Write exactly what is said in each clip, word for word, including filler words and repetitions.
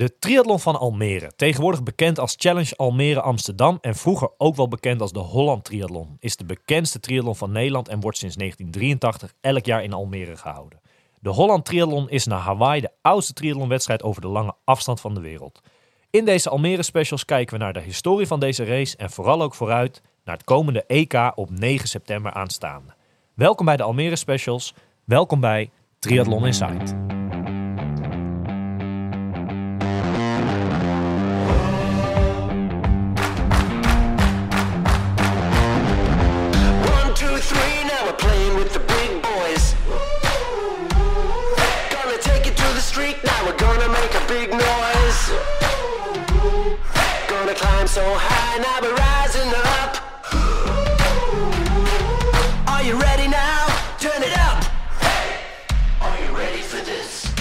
De triathlon van Almere, tegenwoordig bekend als Challenge Almere Amsterdam en vroeger ook wel bekend als de Holland Triathlon, is de bekendste triathlon van Nederland en wordt sinds negentien drieëntachtig elk jaar in Almere gehouden. De Holland Triathlon is naar Hawaii de oudste triathlonwedstrijd over de lange afstand van de wereld. In deze Almere specials kijken we naar de historie van deze race en vooral ook vooruit naar het komende E K op negen september aanstaande. Welkom bij de Almere specials, welkom bij Triathlon Insight. So high, now we're rising up. Are you ready now? Turn it up. Hey, are you ready for this?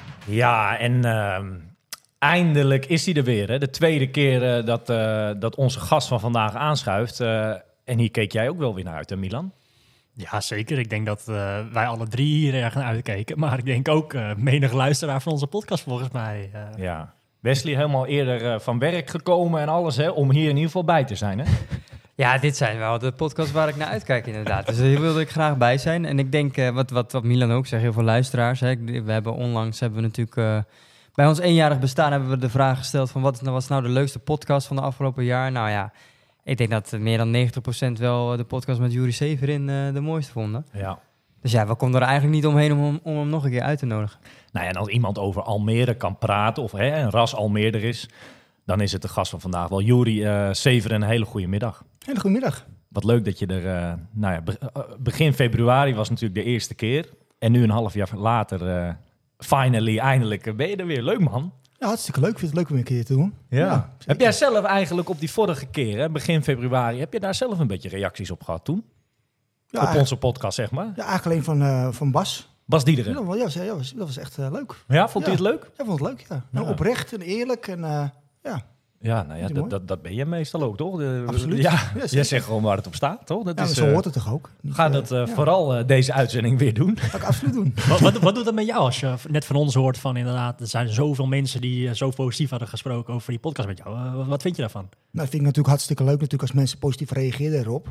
Ja, en uh, eindelijk is hij er weer. Hè? De tweede keer uh, dat, uh, dat onze gast van vandaag aanschuift. Uh, en hier keek jij ook wel weer naar uit, hè Milan? Ja, zeker. Ik denk dat uh, wij alle drie hier erg naar uitkeken. Maar ik denk ook uh, menig luisteraar van onze podcast volgens mij. Uh, ja. Wesley helemaal eerder uh, van werk gekomen en alles, hè, om hier in ieder geval bij te zijn, hè? Ja, dit zijn wel de podcasts waar ik naar uitkijk inderdaad. Dus hier wilde ik graag bij zijn. En ik denk, uh, wat, wat, wat Milan ook zegt, heel veel luisteraars. Hè. We hebben onlangs, hebben we natuurlijk, uh, bij ons eenjarig bestaan hebben we de vraag gesteld van wat was nou de leukste podcast van de afgelopen jaar? Nou ja, ik denk dat meer dan negentig procent wel de podcast met Juri Severin uh, de mooiste vonden. Ja. Dus ja, we konden er eigenlijk niet omheen om, om, om hem nog een keer uit te nodigen. Nou ja, en als iemand over Almere kan praten, of hè, een ras Almeerder is, dan is het de gast van vandaag wel. Juri uh, Severin, een hele goede middag. Hele goede middag. Wat leuk dat je er, uh, nou ja, be- uh, begin februari was natuurlijk de eerste keer. En nu een half jaar later, uh, finally, eindelijk, uh, ben je er weer. Leuk man. Ja, hartstikke leuk. Ik vind het leuk om een keer te doen. Ja. Ja, heb jij zelf eigenlijk op die vorige keer, hè, begin februari, heb je daar zelf een beetje reacties op gehad toen? Ja, op onze podcast, zeg maar. Ja, eigenlijk alleen van, uh, van Bas. Bas Diederen. Ja, wel, ja, ja, was, dat was echt uh, leuk. Ja, vond ja. hij het leuk? Ja, vond het leuk, ja. Nou, Ja. oprecht en eerlijk en uh, ja. Ja, nou ja, Is dat, mooi? dat, dat ben je meestal ook, toch? De, Absoluut. Ja, Ja, jij zeker. zegt gewoon waar het op staat, toch? Dat Ja, is, maar zo uh, hoort het toch ook? Niet, Ga uh, dat uh, ja. vooral uh, deze uitzending weer doen. Dat ga ik absoluut doen. wat, wat, wat doet dat met jou als je net van ons hoort van inderdaad, er zijn zoveel mensen die uh, zo positief hadden gesproken over die podcast met jou. Uh, wat, wat vind je daarvan? Nou, dat vind ik natuurlijk hartstikke leuk natuurlijk als mensen positief reageren erop.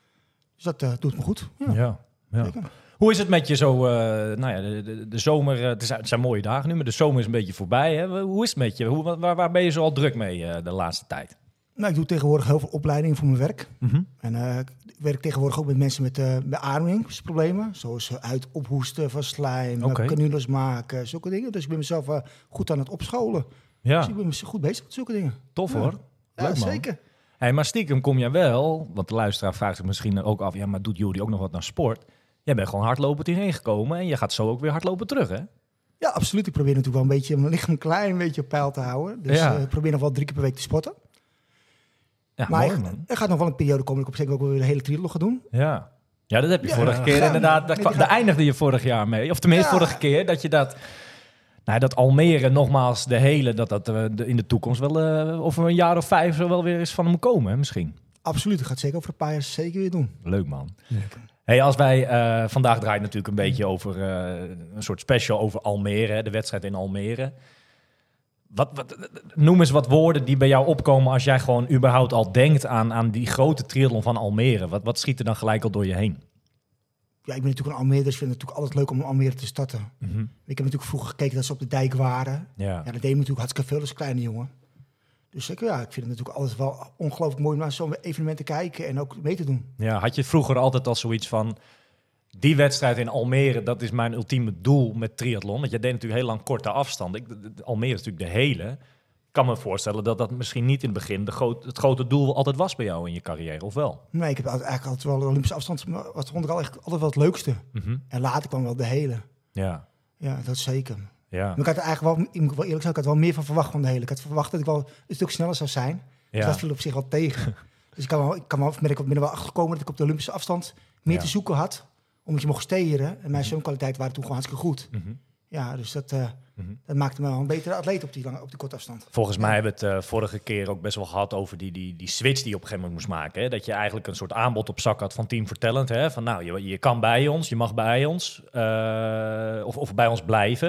Dus dat uh, doet me goed. Ja. Ja, ja. Zeker. Hoe is het met je zo, uh, nou ja, de, de, de zomer, uh, het, is, het zijn mooie dagen nu, maar de zomer is een beetje voorbij. Hè? Hoe is het met je? Hoe, waar, waar ben je zo al druk mee uh, de laatste tijd? Nou, ik doe tegenwoordig heel veel opleidingen voor mijn werk. Mm-hmm. En uh, ik werk tegenwoordig ook met mensen met uh, beademingsproblemen. Zoals uh, uit ophoesten van slijm, Oké. uh, canules maken, zulke dingen. Dus ik ben mezelf uh, goed aan het opscholen. Ja, Dus ik ben me goed bezig met zulke dingen. tof Ja. hoor. Ja, Leuk, man. zeker. Hey, maar stiekem kom jij wel, want de luisteraar vraagt zich misschien ook af, ja, maar doet Juri ook nog wat naar sport? Jij bent gewoon hardlopend hierheen gekomen en je gaat zo ook weer hardlopen terug, hè? Ja, absoluut. Ik probeer natuurlijk wel een beetje mijn lichaam een klein beetje op peil te houden. Dus Ja. uh, ik probeer nog wel drie keer per week te sporten. Ja, maar mooi er- man. er gaat nog wel een periode komen dat ik op zeker ook wel weer de hele triathlon ga doen. Ja. Ja, dat heb je Ja, vorige keer gaan. inderdaad. Daar, Nee, kwa- die daar gaan- eindigde je vorig jaar mee. Of tenminste Ja. vorige keer dat je dat... Nou, dat Almere nogmaals de hele... Dat dat uh, de- in de toekomst wel... Uh, over een jaar of vijf zo wel weer eens van hem komen, hè, misschien. Absoluut. Ik ga het zeker over een paar jaar zeker weer doen. Leuk, man. Hey, als wij... Uh, vandaag draait natuurlijk een beetje over... Uh, een soort special over Almere. Hè, de wedstrijd in Almere. Wat, wat, noem eens wat woorden die bij jou opkomen... als jij gewoon überhaupt al denkt aan, aan die grote triathlon van Almere. Wat, wat schiet er dan gelijk al door je heen? Ja, ik ben natuurlijk een Almere, dus ik vind het natuurlijk altijd leuk om in Almere te starten. Mm-hmm. Ik heb natuurlijk vroeger gekeken dat ze op de dijk waren. Ja. Ja, dat deed me natuurlijk hartstikke veel als kleine jongen. Dus ik, ja, ik vind het natuurlijk altijd wel ongelooflijk mooi om naar zo'n evenement te kijken en ook mee te doen. Ja, had je vroeger altijd al zoiets van... die wedstrijd in Almere, dat is mijn ultieme doel met triathlon. Want jij deed natuurlijk heel lang korte afstand. Ik, de- de- Almere is natuurlijk de hele. Ik kan me voorstellen dat dat misschien niet in het begin... De groot, het grote doel altijd was bij jou in je carrière, of wel? Nee, ik heb altijd, eigenlijk altijd wel de Olympische afstand, maar wat vond ik al echt altijd wel het leukste. Mm-hmm. En later kwam wel de hele. Ja, Ja, dat zeker. ja, Maar ik had er eigenlijk wel, ik moet wel eerlijk zijn, ik had er wel meer van verwacht van de hele. Ik had verwacht dat ik wel een stuk sneller zou zijn. Dus ja. dat viel op zich wel tegen. Dus ik kan wel, ik kan wel, ben ik ben er wel achtergekomen dat ik op de Olympische afstand meer Ja. te zoeken had. Omdat je mocht steren. En mijn zwemkwaliteiten waren toen gewoon hartstikke goed. Mhm. Ja, dus dat, uh, Mhm. dat maakte me wel een betere atleet op die, lange, op die korte afstand. Volgens mij hebben we het uh, vorige keer ook best wel gehad over die, die, die switch die je op een gegeven moment moest maken. Hè? Dat je eigenlijk een soort aanbod op zak had van Team for Talent. Hè? Van nou, je, je kan bij ons, je mag bij ons uh, of, of bij ons blijven.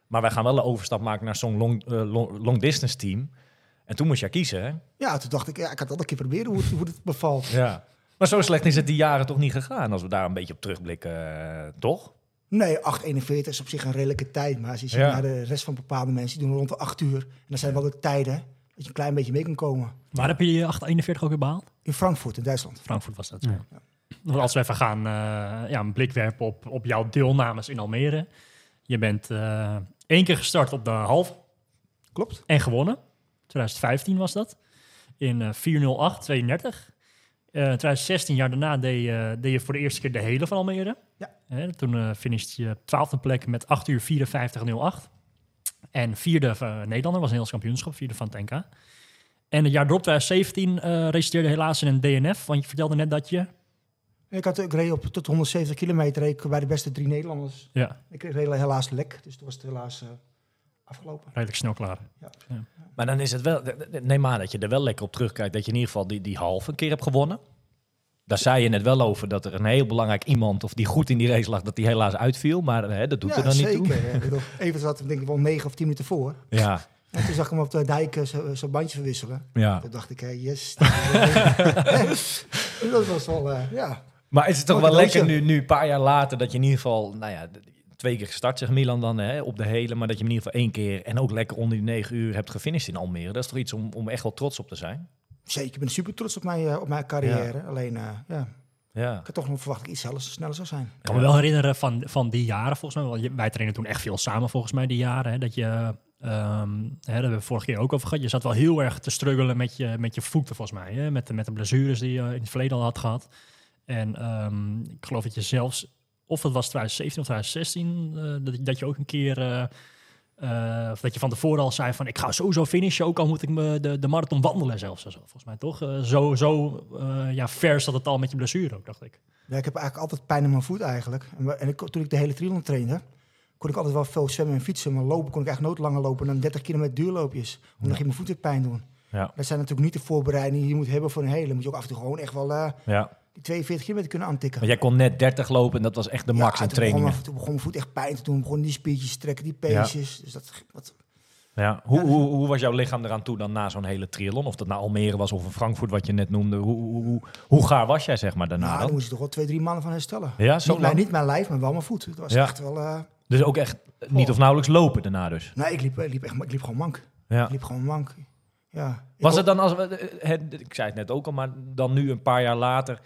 Maar wij gaan wel een overstap maken naar zo'n long, uh, long, long distance team. En toen moest jij kiezen, hè? Ja, toen dacht ik, ja, ik had dat een keer proberen hoe het, hoe het bevalt. Ja. Maar zo slecht is het die jaren toch niet gegaan, als we daar een beetje op terugblikken, uh, toch? Nee, acht eenenveertig is op zich een redelijke tijd. Maar als je ziet Ja. naar de rest van bepaalde mensen, die doen rond de acht uur. En dan zijn wel de tijden dat je een klein beetje mee kan komen. Waar heb je die acht eenenveertig ook weer behaald? In Frankfurt, in Duitsland. Frankfurt was dat. Ja. Ja. Want als we even gaan uh, ja, een blik werpen op, op jouw deelnames in Almere. Je bent uh, één keer gestart op de halve Klopt. en gewonnen. twintig vijftien was dat. In uh, vier nul acht tweeëndertig. Uh, twintig zestien, jaar daarna, deed, uh, deed je voor de eerste keer de hele van Almere. Ja. Hè, toen uh, finishte je twaalfde plek met acht uur vierenvijftig nul acht. En vierde uh, Nederlander, was een Nederlands kampioenschap, vierde van het N K. En het jaar erop, twintig zeventien, uh, resulteerde helaas in een D N F. Want je vertelde net dat je... Ik, had, ik reed op tot honderdzeventig kilometer reed ik bij de beste drie Nederlanders. Ja, Ik kreeg helaas lek, dus toen was het helaas uh, afgelopen. redelijk snel klaar. Maar dan is het wel, neem aan dat je er wel lekker op terugkijkt, dat je in ieder geval die, die halve een keer hebt gewonnen. Daar zei je net wel over dat er een heel belangrijk iemand, of die goed in die race lag, dat die helaas uitviel. Maar hè, dat doet Ja, er dan zeker. niet toe. Ik bedoel, even zat denk ik wel negen of tien minuten voor. Ja, En toen zag ik hem op de dijk uh, zo'n bandje verwisselen. ja. Toen dacht ik, hey, yes. Dat was wel, uh, ja. Maar is het toch Wat wel een lekker doosje. nu, nu een paar jaar later, dat je in ieder geval, nou ja, twee keer gestart, zegt Milan dan, hè, op de hele, maar dat je in ieder geval één keer en ook lekker onder die negen uur hebt gefinished in Almere. Dat is toch iets om, om echt wel trots op te zijn? Zeker, ik ben super trots op mijn, uh, op mijn carrière. Alleen, uh, ja, Ja. ik had toch nog verwacht dat ik iets sneller, sneller zou zijn. Ik kan me wel herinneren van, van die jaren volgens mij. Want je- wij trainen toen echt veel samen volgens mij die jaren. Hè, dat je, um, hè, daar hebben we vorige keer ook over gehad. Je zat wel heel erg te struggelen met je, met je voeten volgens mij. Hè, met, de, met de blessures die je in het verleden al had gehad. En um, ik geloof dat je zelfs, of dat was twintig zeventien of twintig zestien, uh, dat, dat je ook een keer... Uh, Uh, of dat je van tevoren al zei van ik ga sowieso finishen, ook al moet ik me de, de marathon wandelen zelfs. Zo, volgens mij toch? Uh, zo zo uh, ja, ver zat het al met je blessure ook, dacht ik. Ja, ik heb eigenlijk altijd pijn in mijn voet eigenlijk. En, we- en ik, toen ik de hele triathlon trainde, kon ik altijd wel veel zwemmen en fietsen. Maar lopen kon ik echt nooit langer lopen dan dertig kilometer duurloopjes. Omdat Ja. ging mijn voeten pijn doen. Ja. Dat zijn natuurlijk niet de voorbereidingen die je moet hebben voor een hele. Dan moet je ook af en toe gewoon echt wel uh, Ja. die tweeënveertig kilometer kunnen aantikken. Want jij kon net dertig lopen en dat was echt de max Ja, in toen begon, trainingen. mijn, toen begon mijn voet echt pijn te doen. Begon die spiertjes te trekken, die peesjes. Dus dat, dat, Ja. Hoe, Ja. hoe, hoe was jouw lichaam eraan toe dan na zo'n hele triathlon? Of dat nou Almere was of in Frankfurt wat je net noemde. Hoe, hoe, hoe, hoe gaar was jij zeg maar daarna nou, dan? daar moest je toch wel twee, drie maanden van herstellen. Ja, zo Niet mijn, lang? niet mijn lijf, maar wel mijn voet. Het was Ja. echt wel... uh, Dus ook echt niet of nauwelijks lopen daarna dus? nee, ik liep, ik liep, echt, ik liep gewoon mank. Ja. Ik liep gewoon mank. Ja. Ik Was ho- het dan, als we, eh, het, ik zei het net ook al, maar dan nu een paar jaar later...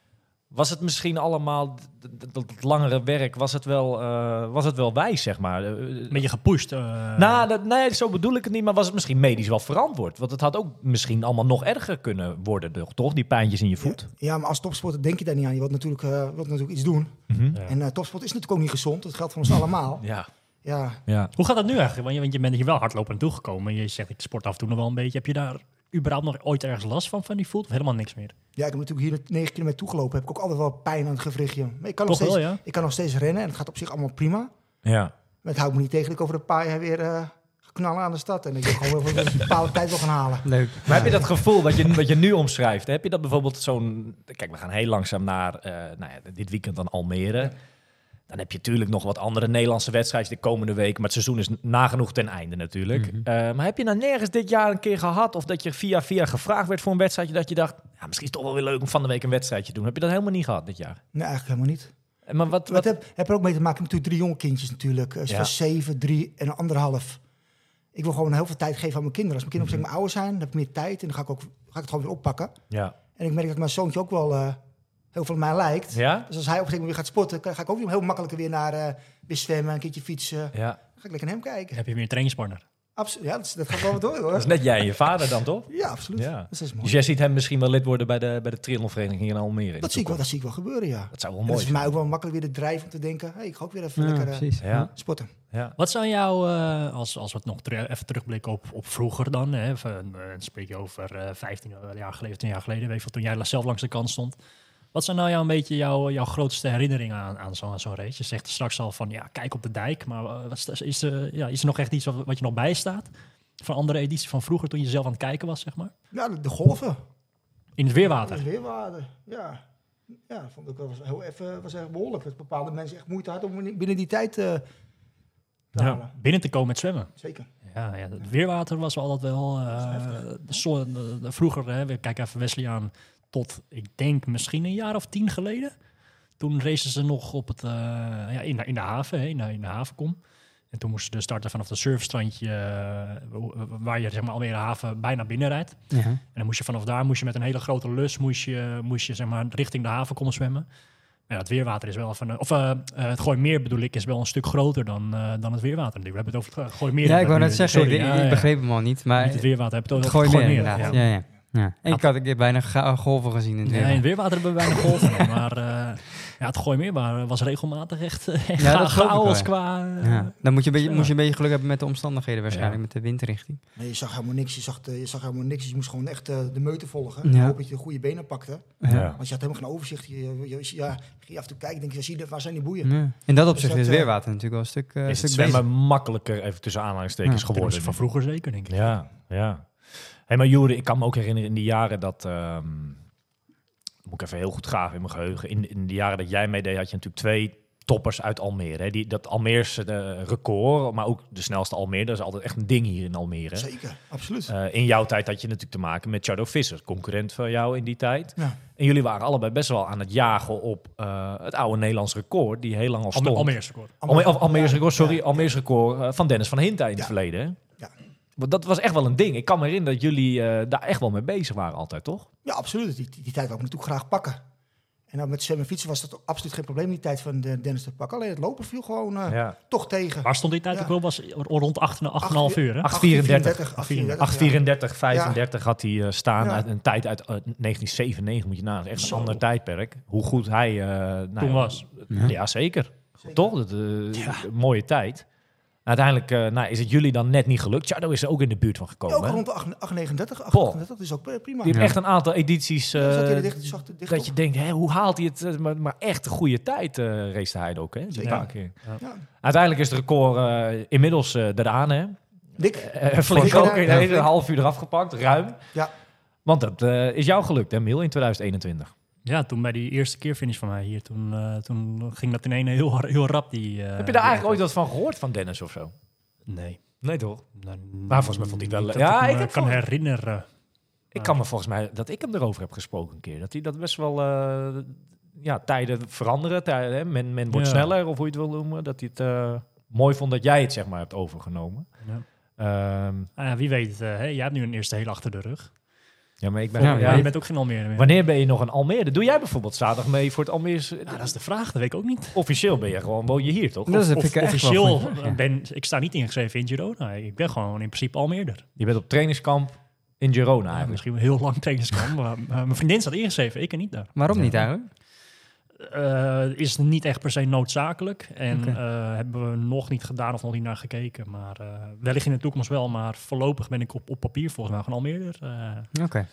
Was het misschien allemaal, d- d- dat dat langere werk, was het wel, eh, was het wel wijs, zeg maar? Eh, Een beetje gepusht. Uh, Nou, dat, nee, zo bedoel ik het niet. Maar was het misschien medisch wel verantwoord? Want het had ook misschien allemaal nog erger kunnen worden, toch? toch? Die pijntjes in je voet. Ja, maar als topsporter denk je daar niet aan. Je wilt natuurlijk, uh, wilt natuurlijk iets doen. Mhm. Ja. En uh, topsport is natuurlijk ook niet gezond. Dat geldt voor ons allemaal. Ja. Ja, Ja. Hoe gaat dat nu eigenlijk? Want je, want je bent hier wel hardlopen naartoe gekomen. Je zegt, ik sport af en toe nog wel een beetje. Heb je daar überhaupt nog ooit ergens last van, van die voet? Of helemaal niks meer? ja, ik heb natuurlijk hier negen kilometer toegelopen. Heb ik ook altijd wel pijn aan het gewrichtje. Maar ik kan, nog Toch steeds, wel, ja? ik kan nog steeds rennen. En het gaat op zich allemaal prima. Ja. Maar het houdt me niet tegen dat ik over een paar jaar weer uh, knallen aan de stad. En ik wil gewoon wel een bepaalde tijd wil gaan halen. Leuk. Maar heb je dat gevoel wat je, wat je nu omschrijft? Heb je dat bijvoorbeeld zo'n... Kijk, we gaan heel langzaam naar uh, nou ja, dit weekend dan Almere. Dan heb je natuurlijk nog wat andere Nederlandse wedstrijden de komende week. Maar het seizoen is nagenoeg ten einde natuurlijk. Mhm. Uh, maar heb je nou nergens dit jaar een keer gehad... of dat je via via gevraagd werd voor een wedstrijdje... dat je dacht, ja, misschien is het toch wel weer leuk om van de week een wedstrijdje te doen. Heb je dat helemaal niet gehad dit jaar? Nee, eigenlijk helemaal niet. En Maar wat... Wat wat heb, heb er ook mee te maken met natuurlijk drie jonge kindjes natuurlijk. Uh, Ja. van zeven, drie en anderhalf. Ik wil gewoon heel veel tijd geven aan mijn kinderen. Als mijn kinderen op zich maar ouder zijn, dan heb ik meer tijd. En dan ga ik, ook, ga ik het gewoon weer oppakken. ja. En ik merk dat mijn zoontje ook wel uh, heel veel op mij lijkt. Ja? Dus als hij op een gegeven moment weer gaat sporten, kan- ga ik ook weer heel makkelijker weer naar uh, weer zwemmen, een keertje fietsen. Dan Ja. ga ik lekker naar hem kijken. Heb je weer een trainingspartner? Absoluut. Ja, dat, is- dat gaat wel wat door Dat hoor. is net jij en je vader dan, toch? Ja, absoluut. Ja. Dat is mooi. Dus jij ziet hem misschien wel lid worden bij de, bij de triathlonvereniging in Almere. in de dat, zie ik wel, toekomst. dat zie ik wel gebeuren, ja. Dat zou wel En dat mooi is voor zijn. mij ook wel makkelijk weer de drijf om te denken, hey, ik ga ook weer even Ja, lekker uh, precies. Ja. sporten. Ja. Wat zou jou, uh, als, als we het nog ter- even terugblikken op, op vroeger dan, hè, even, uh, dan spreek je over uh, vijftien jaar geleden, tien jaar geleden, weet je, toen jij zelf langs de kant stond. Wat zijn nou jou een beetje jouw, jouw grootste herinneringen aan, aan zo'n zo'n race? Je zegt straks al van, ja, kijk op de dijk, maar uh, wat is, is, er, ja, is er nog echt iets wat, wat je nog bijstaat? Van andere edities van vroeger, toen je zelf aan het kijken was, zeg maar? Ja, de, de golven. In het Dat weerwater. is weerwaarde, ja. Ja, dat vond ik wel heel even was echt behoorlijk. Dat bepaalde mensen echt moeite hadden om binnen die tijd uh, te Ja. halen. Binnen te komen met zwemmen. Zeker. Ja, ja, het weerwater was altijd wel... Uh, de zon, de- de- vroeger, hè, we kijken even Wesley aan, tot ik denk misschien een jaar of tien geleden. Toen racen ze nog op het, uh, ja, in, de- in de haven, hè, in, de, in de havenkom. En toen moesten ze starten vanaf het surfstrandje, uh, waar je zeg maar, Almere haven bijna binnen rijdt. Ja. En dan moest je vanaf daar moest je met een hele grote lus moest je, moest je, zeg maar, richting de haven komen zwemmen. Ja, het weerwater is wel van, uh, of uh, uh, het Gooimeer bedoel ik, is wel een stuk groter dan, uh, dan het weerwater. We hebben het over het Gooimeer. Ja, ik wou net nu. zeggen, Sorry, ik, ja, ik ja. begreep hem al niet. Maar Niet het weerwater, hebben we het het over gooi het meer Gooimeer. inderdaad. Ja. Ja, ja. Ja. En ik had een keer bijna ga- golven gezien in het Nee, in weer. het weerwater hebben we weinig golven. nee, maar uh, ja, het Gooimeer maar was regelmatig echt, echt Ja, dat geloof ik chaos wel, qua... uh, Ja. Dan moet je, een beetje, ja. moest je een beetje geluk hebben met de omstandigheden waarschijnlijk, Ja. met de windrichting. Nee, je zag helemaal niks. Je zag, de, je zag helemaal niks. Je moest gewoon echt uh, de meute volgen. Ja. Ik hoop dat je de goede benen pakte. Ja. Want je had helemaal geen overzicht. Je, je, je, ja, ging je af en toe kijken. Denk je, zie je, waar zijn die boeien? Ja. In dat opzicht dat, is uh, weerwater natuurlijk wel een stuk, uh, Is het stuk zwemmen beter. makkelijker, even tussen aanhalingstekens, Ja, geworden? van vroeger zeker, denk ik. Ja, ja. Hey, maar Joeri, ik kan me ook herinneren in die jaren dat... ehm, moet ik even heel goed graven in mijn geheugen. In, in de jaren dat jij meedeed had je natuurlijk twee toppers uit Almere. Hè? Die, dat Almeerse eh, record, maar ook de snelste Almere. Dat is altijd echt een ding hier in Almere. Zeker, absoluut. Uh, in jouw tijd had je natuurlijk te maken met Chado Visser, concurrent van jou in die tijd. Ja. En jullie waren allebei best wel aan het jagen op uh, het oude Nederlands record, die heel lang al stond. Alme- Almeerse record. Alme- of Almeerse record, sorry, Ja. Almeerse record uh, van Dennis van Hinta in het Ja. verleden. Hè? Ja. Want dat was echt wel een ding. Ik kan me herinneren dat jullie uh, daar echt wel mee bezig waren altijd, toch? Ja, absoluut. Die, die, die tijd wou ik natuurlijk graag pakken. En dan met zwemmen en fietsen was dat absoluut geen probleem die tijd van de Dennis te pakken. Alleen het lopen viel gewoon uh, Ja. toch tegen. Waar stond die tijd Ja. ook wel? Was rond acht komma vijf uur, hè? acht vierendertig. acht vierendertig, acht ja. vierendertig, vijfendertig had hij uh, staan. Ja. Uit een tijd uit uh, negentien zevenennegentig, moet je nagaan. Echt een Zo. ander tijdperk. Hoe goed hij uh, nou, Toen was. Ja, ja zeker. Toch? Dat, uh, ja. Mooie tijd. Uiteindelijk uh, nou, is het jullie dan net niet gelukt. Chado is er ook in de buurt van Ja, gekomen. ook hè? rond de acht negenendertig, acht Paul. achtendertig. Dat is ook prima. Die heeft Ja. echt een aantal edities uh, Ja, zat hij er dicht, zag er dicht dat op. je denkt, hè, hoe haalt hij het? Uh, maar, maar echt een goede tijd uh, race hij ook. Hè? Die Zeker. paar keer. Ja. Uiteindelijk is het record uh, inmiddels uh, eraan. Hè? Dik. Uh, flink Voor- ook in ja, een flink. half uur eraf gepakt, ruim. Ja. Want dat uh, is jou gelukt, hè, Miel, in twintig eenentwintig. Ja, toen bij die eerste keer finish van mij hier, toen, uh, toen ging dat in één heel, heel rap. Die, uh, Heb je daar eigenlijk ooit wat van gehoord van Dennis of zo? Nee. Nee, toch? Nou, Maar volgens mij vond hij het wel- niet dat ja, ik, ik me heb kan voor- herinneren. Ik kan me volgens mij dat ik hem erover heb gesproken een keer. Dat hij dat best wel... Uh, ja, tijden veranderen. Tijden, hè? Men, men wordt Ja. sneller, of hoe je het wil noemen. Dat hij het uh, mooi vond dat jij het, zeg maar, hebt overgenomen. Ja. Ehm, Ah, ja, wie weet, uh, hè, jij hebt nu een eerste hele achter de rug. ja, maar ik ben... Ja, ja, Maar ja. je bent ook geen Almere meer. Wanneer ben je nog een Almere? Doe jij bijvoorbeeld zaterdag mee voor het Almeerse... Ja, dat is de vraag, dat weet ik ook niet. Officieel ben je gewoon, woon je hier, toch? Dat is- Of, vind ik echt wel officieel goed, ja. ben ik sta niet ingeschreven in Girona. Ik ben gewoon in principe Almeerder. Je bent op trainingskamp in Girona Ja, eigenlijk. misschien wel heel lang trainingskamp, maar uh, mijn vriendin staat ingeschreven, ik er niet daar. Waarom niet eigenlijk? Uh, is niet echt per se noodzakelijk. En Oké. uh, hebben we nog niet gedaan of nog niet naar gekeken. Maar uh, wellicht in de toekomst wel. Maar voorlopig ben ik op, op papier volgens mij gewoon Almeerder. Uh, Oké.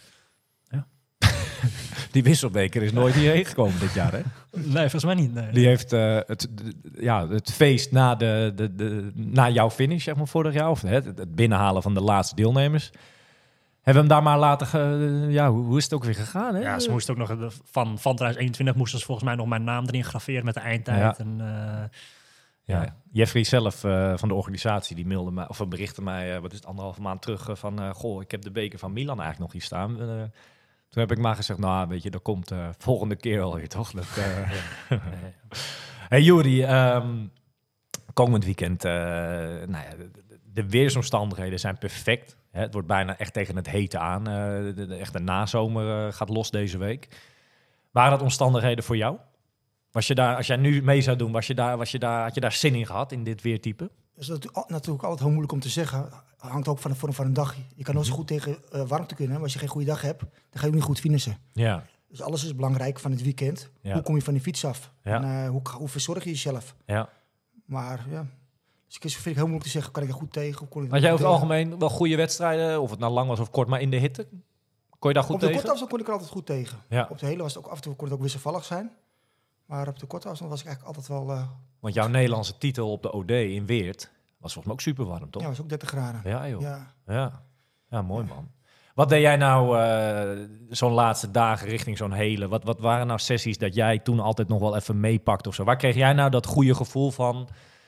Die wisselbeker is nooit hierheen gekomen dit jaar, hè? nee, volgens mij niet. Nee. Die heeft uh, het, de- ja, het feest na, de, de, de, na jouw finish, zeg maar, vorig jaar. Of het, het binnenhalen van de laatste deelnemers. Hebben we hem daar maar laten... Ge, ja, hoe, hoe is het ook weer gegaan, hè? Ja, ze moesten ook nog de- van, van twintig eenentwintig moesten ze volgens mij nog mijn naam erin graveren met de eindtijd. Ja. En, uh, Ja. Ja. Jeffrey zelf uh, van de organisatie, die mailde mij, of berichtte mij, uh, wat is het, anderhalve maand terug, uh, van, uh, goh, ik heb de beker van Milan eigenlijk nog hier staan. Uh, toen heb ik maar gezegd, nou, weet je, dat komt uh, volgende keer alweer, toch? Dat, uh, hey, Joeri, um, komend weekend, uh, nou ja, de, de weersomstandigheden zijn perfect. Hè? Het wordt bijna echt tegen het hete aan. Uh, de, de echte nazomer uh, gaat los deze week. Waren dat omstandigheden voor jou? Was je daar, als jij nu mee zou doen, was je daar, was je daar, had je daar zin in gehad in dit weertype? Dat is natuurlijk, al- natuurlijk altijd heel moeilijk om te zeggen. Hangt ook van de vorm van een dag. Je kan nooit zo goed tegen uh, warmte kunnen. Maar als je geen goede dag hebt, dan ga je ook niet goed finishen. Ja, Dus alles is belangrijk van het weekend. Ja. Hoe kom je van die fiets af? Ja. En uh, hoe, hoe verzorg je jezelf? ja. Maar ja, dus ik vind het heel moeilijk te zeggen. Kan ik er goed tegen? Of kon ik er Had jij goed over het tegen? algemeen wel goede wedstrijden, of het nou lang was of kort, maar in de hitte? Kon je daar goed Op de tegen? korte afstand kon ik er altijd goed tegen. Ja. Op de hele was het ook af en toe kon het ook wisselvallig zijn. Maar op de korte afstand was ik eigenlijk altijd wel... Uh, Want jouw Nederlandse titel op de O D in Weert was volgens mij ook super warm, toch? ja, was ook dertig graden. Ja, joh. Ja, Ja. ja. mooi man. Wat deed jij nou uh, zo'n laatste dagen richting zo'n hele? Wat, wat waren nou sessies dat jij toen altijd nog wel even meepakt of zo? Waar kreeg jij nou dat goede gevoel van?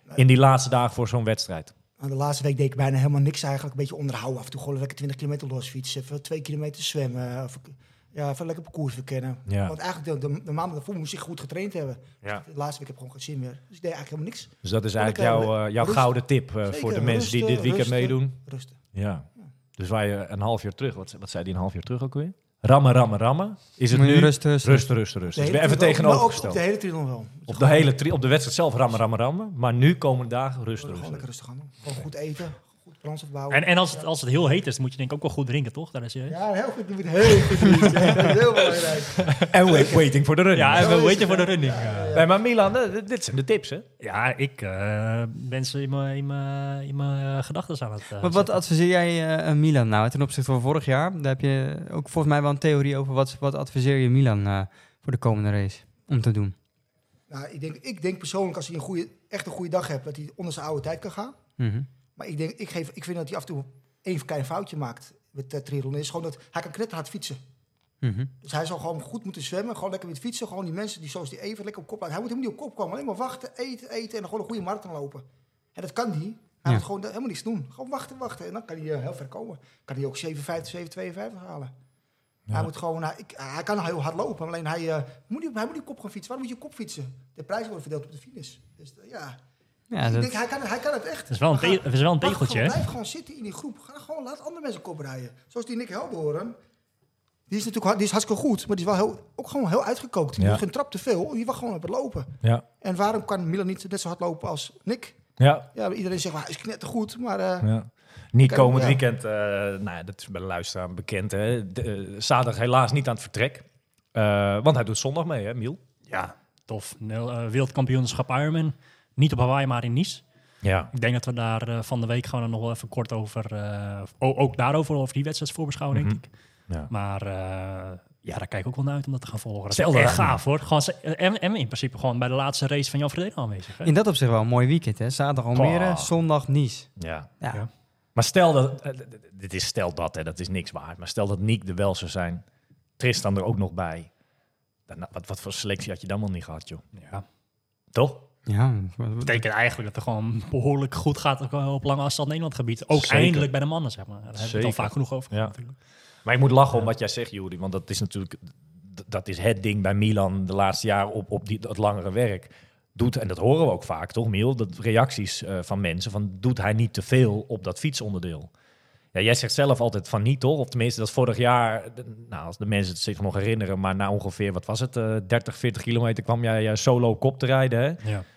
in die laatste dagen voor zo'n wedstrijd? Nou, de laatste week deed ik bijna helemaal niks eigenlijk. Een beetje onderhouden. Af en toe gewoon lekker twintig kilometer losfietsen. Even twee kilometer zwemmen. Of, ja, even lekker parcours verkennen. Ja. Want eigenlijk de, de, de maanden daarvoor moest ik goed getraind hebben. Ja. De laatste week heb ik gewoon geen zin meer. Dus ik deed eigenlijk helemaal niks. Dus dat is Vond ik, eigenlijk jouw, eh, uh, jouw rust- gouden tip uh, Zeker, voor de mensen die rusten, dit weekend rusten, meedoen. Rusten. Ja. Dus waar je een half jaar terug, wat, wat zei die een half jaar terug ook weer? Rammen, rammen, rammen. Is het Moet je nu rusten, rusten. rusten, rusten, rusten. De Dus hele weer even triathlon- maar ook tegenovergesteld. Op de hele triathlon wel. Op de hele tri- op de wedstrijd zelf rammen, rammen, rammen. Maar nu komende dagen rusten, Gewoon rusten. lekker rustig aan doen. Gewoon goed eten. Goed brandstof bouwen. En, en als, het, als het heel heet is, moet je denk ik ook wel goed drinken, toch? Daar is je. Ja, heel goed. Je moet heel goed doen. Ja, dat is heel belangrijk. En wait, waiting for the running. Ja, en Zo we is weten het, voor de ja. running. Ja, ja, Ja, ja. Nee, maar Milan, eh, dit zijn de tips, hè? ja ik uh, ben ze in mijn in mijn- in mijn uh, gedachten aan het uh, Maar wat zetten. adviseer jij uh, Milan nou ten opzichte van vorig jaar? Daar heb je ook volgens mij wel een theorie over. Wat, wat adviseer je Milan uh, voor de komende race om te doen? Nou, ik, denk, ik denk persoonlijk als hij een goede, echt een goede dag hebt, dat hij onder zijn oude tijd kan gaan. Mm-hmm. Maar ik, denk, ik, geef, ik vind dat hij af en toe één klein foutje maakt met uh, triathlon. Is gewoon dat hij kan knetterhard fietsen. Mm-hmm. Dus hij zou gewoon goed moeten zwemmen, gewoon lekker met fietsen. Gewoon die mensen die zoals die even lekker op kop laten. Hij moet helemaal niet op kop komen, alleen maar wachten, eten, eten en dan gewoon een goede marathon lopen. En dat kan hij. Hij Ja. moet gewoon helemaal niets doen. Gewoon wachten, wachten. En dan kan hij uh, heel ver komen. Kan hij ook zeven vijftig, zeven tweeënvijftig halen. Ja. Hij moet gewoon, hij, ik, hij kan heel hard lopen, alleen hij, uh, moet niet, hij moet niet op kop gaan fietsen. Waarom moet je op kop fietsen? De prijzen worden verdeeld op de finish. Dus uh, ja, Ja, ik dat, denk, hij, kan, hij kan het echt. Het is wel een, Maar te- ga- het is wel een maar tegeltje, gewoon, hè? blijf gewoon zitten in die groep. Ga gewoon, laat andere mensen kop rijden. Zoals die Nick Heldoorn. Die is natuurlijk die is hartstikke goed, maar die is wel heel, ook gewoon heel uitgekookt. Die Ja. doet geen trap te veel, die wacht gewoon op het lopen. Ja. En waarom kan Milan niet net zo hard lopen als Nick? Ja. Ja, iedereen zegt, maar hij is knettergoed, maar... uh, ja. Niet Kijk, komend ja. weekend, uh, nou ja, dat is bij de luisteraar bekend, hè. De, uh, zaterdag helaas niet aan het vertrek. Uh, want hij doet zondag mee, hè, Miel? Ja, tof. Nel- uh, wereldkampioenschap Ironman. Niet op Hawaii, maar in Nice. Ja. Ik denk dat we daar uh, van de week gewoon nog wel even kort over... Uh, o- ook daarover, over die wedstrijdsvoorbeschouwing, Mhm. denk ik. Ja. Maar uh, ja, daar kijk ik ook wel naar uit om dat te gaan volgen. Dat Stel is dat- echt gaaf, hoor. Gewoon, ze- en, en in principe gewoon bij de laatste race van Jan Frodeno aanwezig. Hè? in dat opzicht wel een mooi weekend, hè? Zaterdag Almere, Oh. zondag Nice. Ja. Ja. Ja. Maar stel dat, uh, dit is stel dat, hè, dat is niks waard. Maar stel dat Nick de wel zou zijn, Tristan er ook nog bij. Dan, wat, wat voor selectie had je dan wel niet gehad, joh? Ja. Toch? Ja, Dat betekent eigenlijk dat er gewoon behoorlijk goed gaat op lange afstand Nederland gebied. Ook Zeker. eindelijk bij de mannen, zeg maar. Daar hebben we het al Zeker. vaak genoeg over gehad, Ja. natuurlijk. Maar ik moet lachen om wat jij zegt, Juri. Want dat is natuurlijk d- dat is het ding bij Milan de laatste jaren op, op die, dat langere werk. Doet, en dat horen we ook vaak, toch, Miel? Dat reacties uh, van mensen, van doet hij niet te veel op dat fietsonderdeel? Ja, jij zegt zelf altijd van niet, toch? Of tenminste, dat vorig jaar, de, nou, als de mensen het zich nog herinneren, maar na ongeveer, wat was het, uh, dertig, veertig kilometer kwam jij uh, solo kop te rijden, hè? Ja.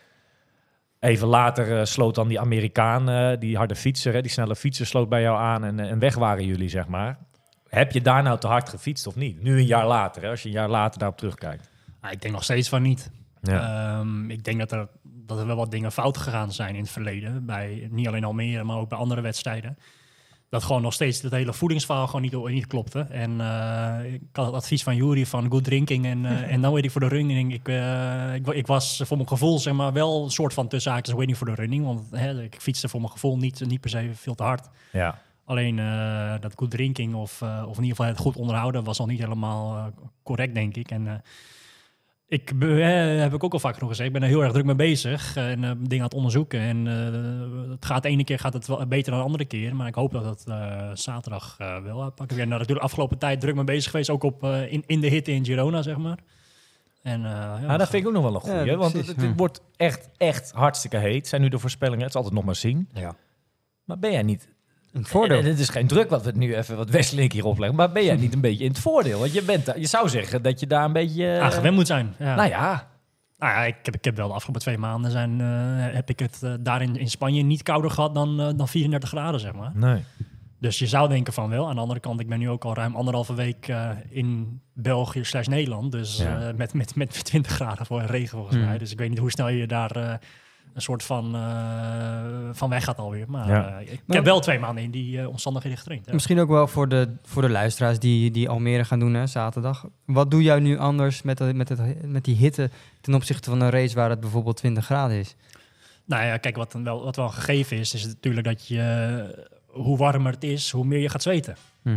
Even later uh, sloot dan die Amerikaan, uh, die harde fietser, hè, die snelle fietser, sloot bij jou aan en, en weg waren jullie, zeg maar. Heb je daar nou te hard gefietst of niet? Nu een jaar later, hè, als je een jaar later daarop terugkijkt. Nou, ik denk nog steeds van niet. Ja. Um, ik denk dat er, dat er wel wat dingen fout gegaan zijn in het verleden. Bij niet alleen Almere, maar ook bij andere wedstrijden. Dat gewoon nog steeds het hele voedingsverhaal gewoon niet, niet klopte. En uh, ik had het advies van Juri van good drinking. En, uh, en dan weet ik voor de running. Ik, uh, ik, ik was voor mijn gevoel zeg maar wel een soort van tussen haakjes waiting voor de running. Want hè, ik fietste voor mijn gevoel niet, niet per se veel te hard. Ja. Alleen uh, dat good drinking of, uh, of in ieder geval het goed onderhouden was nog niet helemaal uh, correct, denk ik. En uh, ik uh, heb ik ook al vaak genoeg gezegd, ik ben er heel erg druk mee bezig en uh, dingen aan het onderzoeken. En uh, het gaat de ene keer gaat het wel beter dan de andere keer, maar ik hoop dat het uh, zaterdag uh, wel uitpakt. Ik ben daar natuurlijk afgelopen tijd druk mee bezig geweest, ook op, uh, in, in de hitte in Girona, zeg maar. En, uh, ja, Ah, dat vind ik ook nog wel een goeie, Ja, want precies, het, het ja. wordt echt, echt hartstikke heet. Zijn nu de voorspellingen, het is altijd nog maar zien. Ja. Maar ben jij niet... een voordeel. En het is geen druk wat we nu even wat Westlink hier opleggen, maar ben jij niet een beetje in het voordeel? Want je, bent, daar- je zou zeggen dat je daar een beetje... uh, Ah, gewend moet zijn. Ja. Nou ja, Nou ja, ik heb, ik heb wel de afgelopen twee maanden zijn, uh, heb ik het uh, daar in, in Spanje niet kouder gehad dan, uh, dan vierendertig graden, zeg maar. nee. Dus je zou denken van wel. Aan de andere kant, ik ben nu ook al ruim anderhalve week uh, in België slash Nederland. Dus Ja. uh, met, met, met twintig graden voor regen volgens Hmm. mij. Dus ik weet niet hoe snel je daar uh, een soort van, uh, van weg gaat alweer. Maar Ja. uh, ik Maar- heb wel twee maanden in die uh, omstandigheden getraind. Hè. Misschien ook wel voor de, voor de luisteraars die, die Almere gaan doen, hè, zaterdag. Wat doe jij nu anders met, de, met, het, met die hitte ten opzichte van een race waar het bijvoorbeeld twintig graden is? Nou ja, kijk, wat, dan wel, wat wel een gegeven is, is natuurlijk dat je, uh, hoe warmer het is, hoe meer je gaat zweten. Mhm.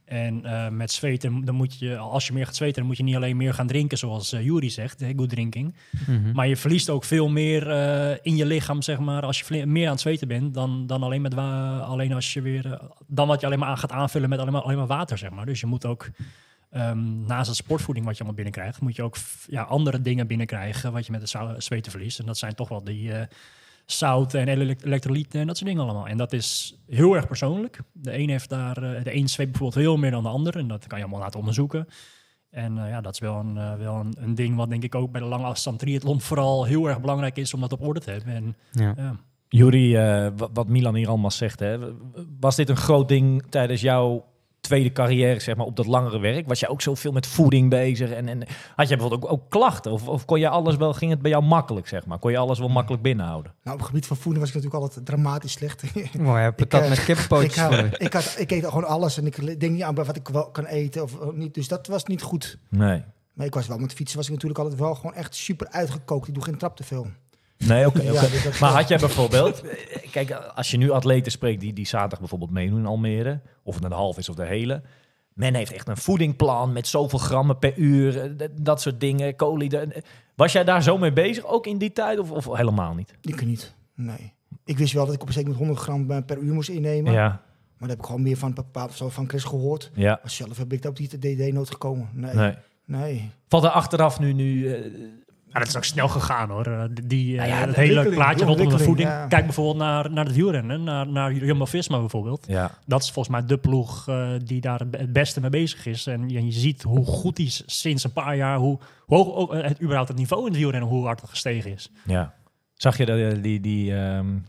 En uh, met zweten, dan moet je, als je meer gaat zweten, dan moet je niet alleen meer gaan drinken, zoals uh, Yuri zegt, hè, good drinking. Mm-hmm. Maar je verliest ook veel meer uh, in je lichaam, zeg maar, als je vle- meer aan het zweten bent, dan, dan alleen, met wa- alleen als je weer, uh, dan wat je alleen maar aan gaat aanvullen met alleen maar, alleen maar water, zeg maar. Dus je moet ook, um, naast het sportvoeding wat je allemaal binnenkrijgt, moet je ook f- ja, andere dingen binnenkrijgen wat je met het zou- zweten verliest. En dat zijn toch wel die... Uh, zout en elek- elektrolyten en dat soort dingen allemaal. En dat is heel erg persoonlijk. De een heeft daar, uh, de een zweet bijvoorbeeld veel meer dan de ander. En dat kan je allemaal laten onderzoeken. En uh, ja, dat is wel, een, uh, wel een, een ding wat denk ik ook bij de lange afstand triathlon vooral heel erg belangrijk is om dat op orde te hebben. En, Ja. ja. Yuri, uh, wat, wat Milan hier allemaal zegt, hè, was dit een groot ding tijdens jouw tweede carrière, zeg maar, op dat langere werk? Was jij ook zoveel met voeding bezig? En, en had jij bijvoorbeeld ook, ook klachten? Of, of kon je alles wel, ging het bij jou makkelijk, zeg maar? Kon je alles wel makkelijk binnenhouden? Nou, op het gebied van voeding was ik natuurlijk altijd dramatisch slecht. Mooi, ja, patat uh, met kippenpootjes. ik, voor uh, je. ik, had, ik eet gewoon alles en ik denk niet aan bij wat ik wel kan eten of niet. Dus dat was niet goed. Nee. Maar ik was wel met fietsen was ik natuurlijk altijd wel gewoon echt super uitgekookt. Ik doe geen trap te veel. Nee, oké. Okay, Ja, okay. dus dat- Maar had jij bijvoorbeeld... Kijk, als je nu atleten spreekt die, die zaterdag bijvoorbeeld meedoen in Almere, of het een half is of de hele... Men heeft echt een voedingplan met zoveel grammen per uur, dat soort dingen, koolhydraten. Was jij daar zo mee bezig, ook in die tijd, of, of helemaal niet? Ik niet, nee. Ik wist wel dat ik op een zeker moment honderd gram per uur moest innemen. Ja, Maar daar heb ik gewoon meer van papa, zo van Chris gehoord. ja. Maar zelf heb ik dat op die D D-nood gekomen. Nee, Nee. nee. Valt er achteraf nu... nu uh, Ja, dat is ook snel gegaan hoor. Uh, die, uh, Nou ja, het de hele ontwikkeling, plaatje de rondom de ontwikkeling, voeding. ja. Kijk bijvoorbeeld naar, naar het wielrennen, naar, naar Jumbo-Visma bijvoorbeeld. ja. Dat is volgens mij de ploeg uh, die daar het beste mee bezig is. En je, je ziet hoe goed die s- sinds een paar jaar, hoe, hoe hoog ook het, überhaupt het niveau in het wielrennen, hoe hard het gestegen is. Ja. Zag je dat, die, die um,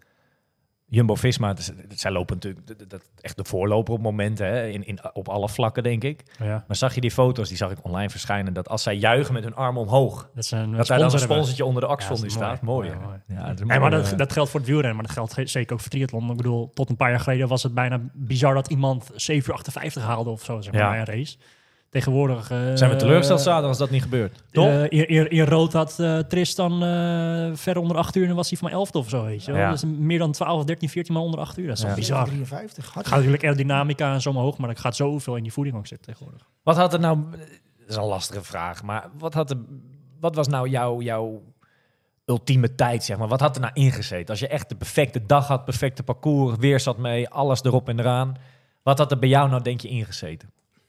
Jumbo-Visma, dus, zij lopen natuurlijk dat, dat, echt de voorloper op momenten, hè, in, in, op alle vlakken, denk ik. Ja. Maar zag je die foto's, die zag ik online verschijnen, dat als zij juigen met hun armen omhoog, Dat, zijn dat daar dan een sponsor hebben. sponsortje onder de Ja, axel dat nu is staat. mooi. Mooi, Mooi, hè? mooi. Ja, dat is Nee, maar mooi, dat, uh, dat geldt voor het wielrennen, maar dat geldt ge- zeker ook voor triathlon. Ik bedoel, tot een paar jaar geleden was het bijna bizar dat iemand zeven uur achtenvijftig haalde of zo, zeg maar, Ja. bij een race. Tegenwoordig... uh, zijn we teleurgesteld zaterdag als dat niet gebeurt? Toch? Uh, in, in, in rood had uh, Tristan uh, ver onder acht uur en dan was hij van elfde of zo, weet je wel. Ja. Dus meer dan twaalf, dertien, veertien man onder acht uur. Dat is Ja. toch bizar. drieënvijftig. Hard. Het gaat natuurlijk aerodynamica en zo omhoog, maar er gaat zoveel in die voeding ook zitten tegenwoordig. Wat had er nou... Dat is een lastige vraag, maar wat, had er, wat was nou jouw, jouw ultieme tijd, zeg maar? Wat had er nou ingezeten? Als je echt de perfecte dag had, perfecte parcours, weer zat mee, alles erop en eraan. Wat had er bij jou nou, denk je, ingezeten?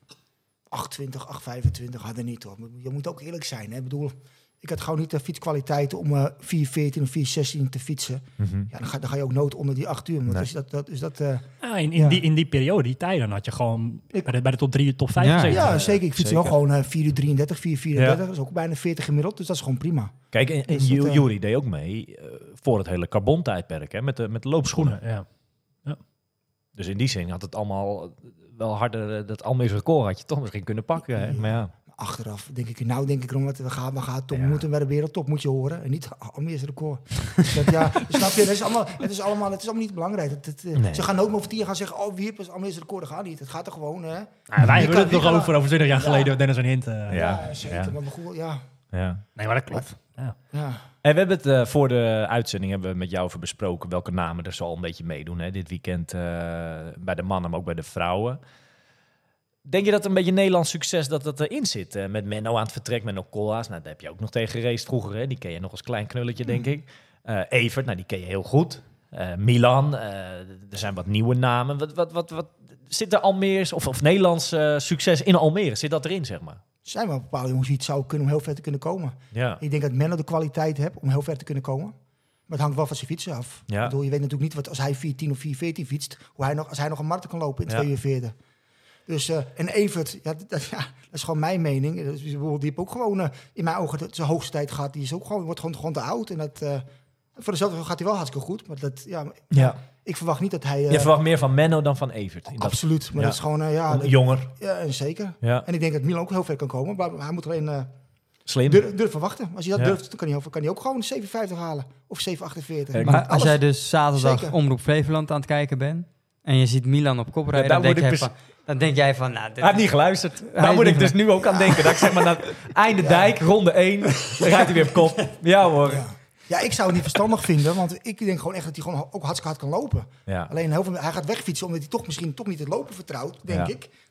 acht twintig, acht vijfentwintig hadden niet hoor. Je moet ook eerlijk zijn. Hè? Ik bedoel, ik had gewoon niet de fietskwaliteiten om uh, vier veertien of vier zestien te fietsen. Mm-hmm. Ja, dan ga, dan ga je ook nooit onder die acht uur. Want Nee. is dat, dat, is dat, uh, Ja, in, in, Ja. Die, in die periode, die tijden, had je gewoon Ik- bij, de, bij de top drie, top vijf Ja, gezeten. ja, zeker. Ik fiets wel zeker. gewoon uh, vier uur drieëndertig, vier uur vierendertig. Ja. Dat is ook bijna veertig gemiddeld. Dus dat is gewoon prima. Kijk, en, en Dus dat, Ju- uh, Yuri deed ook mee uh, voor het hele carbon-tijdperk, hè, met de, met de loopschoenen. Schoenen, ja. Dus in die zin had het allemaal wel harder, uh, dat Almeers record had je toch misschien kunnen pakken. Hè? Maar ja, Achteraf denk ik, nou denk ik erom, wat we gaan, we gaan top Ja. moeten, bij de wereldtop moet je horen. En niet Almeers record. dat, ja, snap je? Het is allemaal, het is allemaal, het is allemaal niet belangrijk. Het, het, uh, Nee. Ze gaan ook over tien jaar gaan zeggen, oh wie heeft Almeers record? Dat gaat niet. Het gaat er gewoon, hè. Nou, wij Je hebben kan- het nog je kan- over, over twintig jaar Ja. geleden, Dennis en Hint. uh, Ja. Ja, zeker. ja. Maar goed, ja. ja. Nee, maar dat klopt. Ja. ja. En we hebben het uh, voor de uitzending hebben we met jou over besproken welke namen er zal een beetje meedoen. Hè? Dit weekend uh, bij de mannen, maar ook bij de vrouwen. Denk je dat een beetje Nederlands succes dat dat erin zit? Uh, met Menno aan het vertrek, Menno Koolhaas. Nou, daar heb je ook nog tegen geraced vroeger. Hè? Die ken je nog als klein knulletje, denk ik. Uh, Evert, nou, die ken je heel goed. Uh, Milan, uh, er zijn wat nieuwe namen. Wat, wat, wat, wat, zit er Almeers of, of Nederlands uh, succes in Almere? Zit dat erin, zeg maar? Er zijn wel bepaalde jongens die het zou kunnen om heel ver te kunnen komen. Ja. Ik denk dat Menno de kwaliteit heeft om heel ver te kunnen komen. Maar het hangt wel van zijn fietsen af. Ja. Ik bedoel, je weet natuurlijk niet wat als hij vier tien of vier veertien fietst, hoe hij nog, als hij nog een marathon kan lopen in Ja. twee uur veertig. Dus, uh, en Evert, ja dat, dat, ja, dat is gewoon mijn mening. Dus, bijvoorbeeld, die heeft ook gewoon uh, in mijn ogen zijn hoogste tijd gehad. Die is ook gewoon, wordt gewoon, gewoon te oud. En dat, uh, voor dezelfde gaat hij wel hartstikke goed. Maar dat, ja, Ja. ik verwacht niet dat hij... Uh, Je verwacht meer van Menno dan van Evert. in dat- absoluut, maar Ja. dat is gewoon... Uh, ja, dat- Jonger. ja, en zeker. Ja. En ik denk dat Milan ook heel ver kan komen. Maar hij moet alleen uh, Slim. durf, durven wachten. Als hij dat Ja. durft, dan kan hij, kan hij ook gewoon zeven vijftig halen. Of zeven achtenveertig. Ja, Maar als Alles- jij dus zaterdag Zeker. Omroep Flevoland aan het kijken bent en je ziet Milan op kop rijden, daar dan, denk moet ik jij dus- van, dan denk jij van... Nou, dit- Hij heeft niet geluisterd. Daar heeft moet niet ik dus nu ook aan denken. Dat ik zeg maar naar het einde dijk, ronde één, dan rijdt hij weer op kop. Ja hoor. Ja. Ja, ik zou het niet verstandig vinden, want ik denk gewoon echt dat hij gewoon ook hartstikke hard kan lopen. Ja. Alleen heel veel, hij gaat wegfietsen omdat hij toch misschien toch niet het lopen vertrouwt, denk Ja. ik.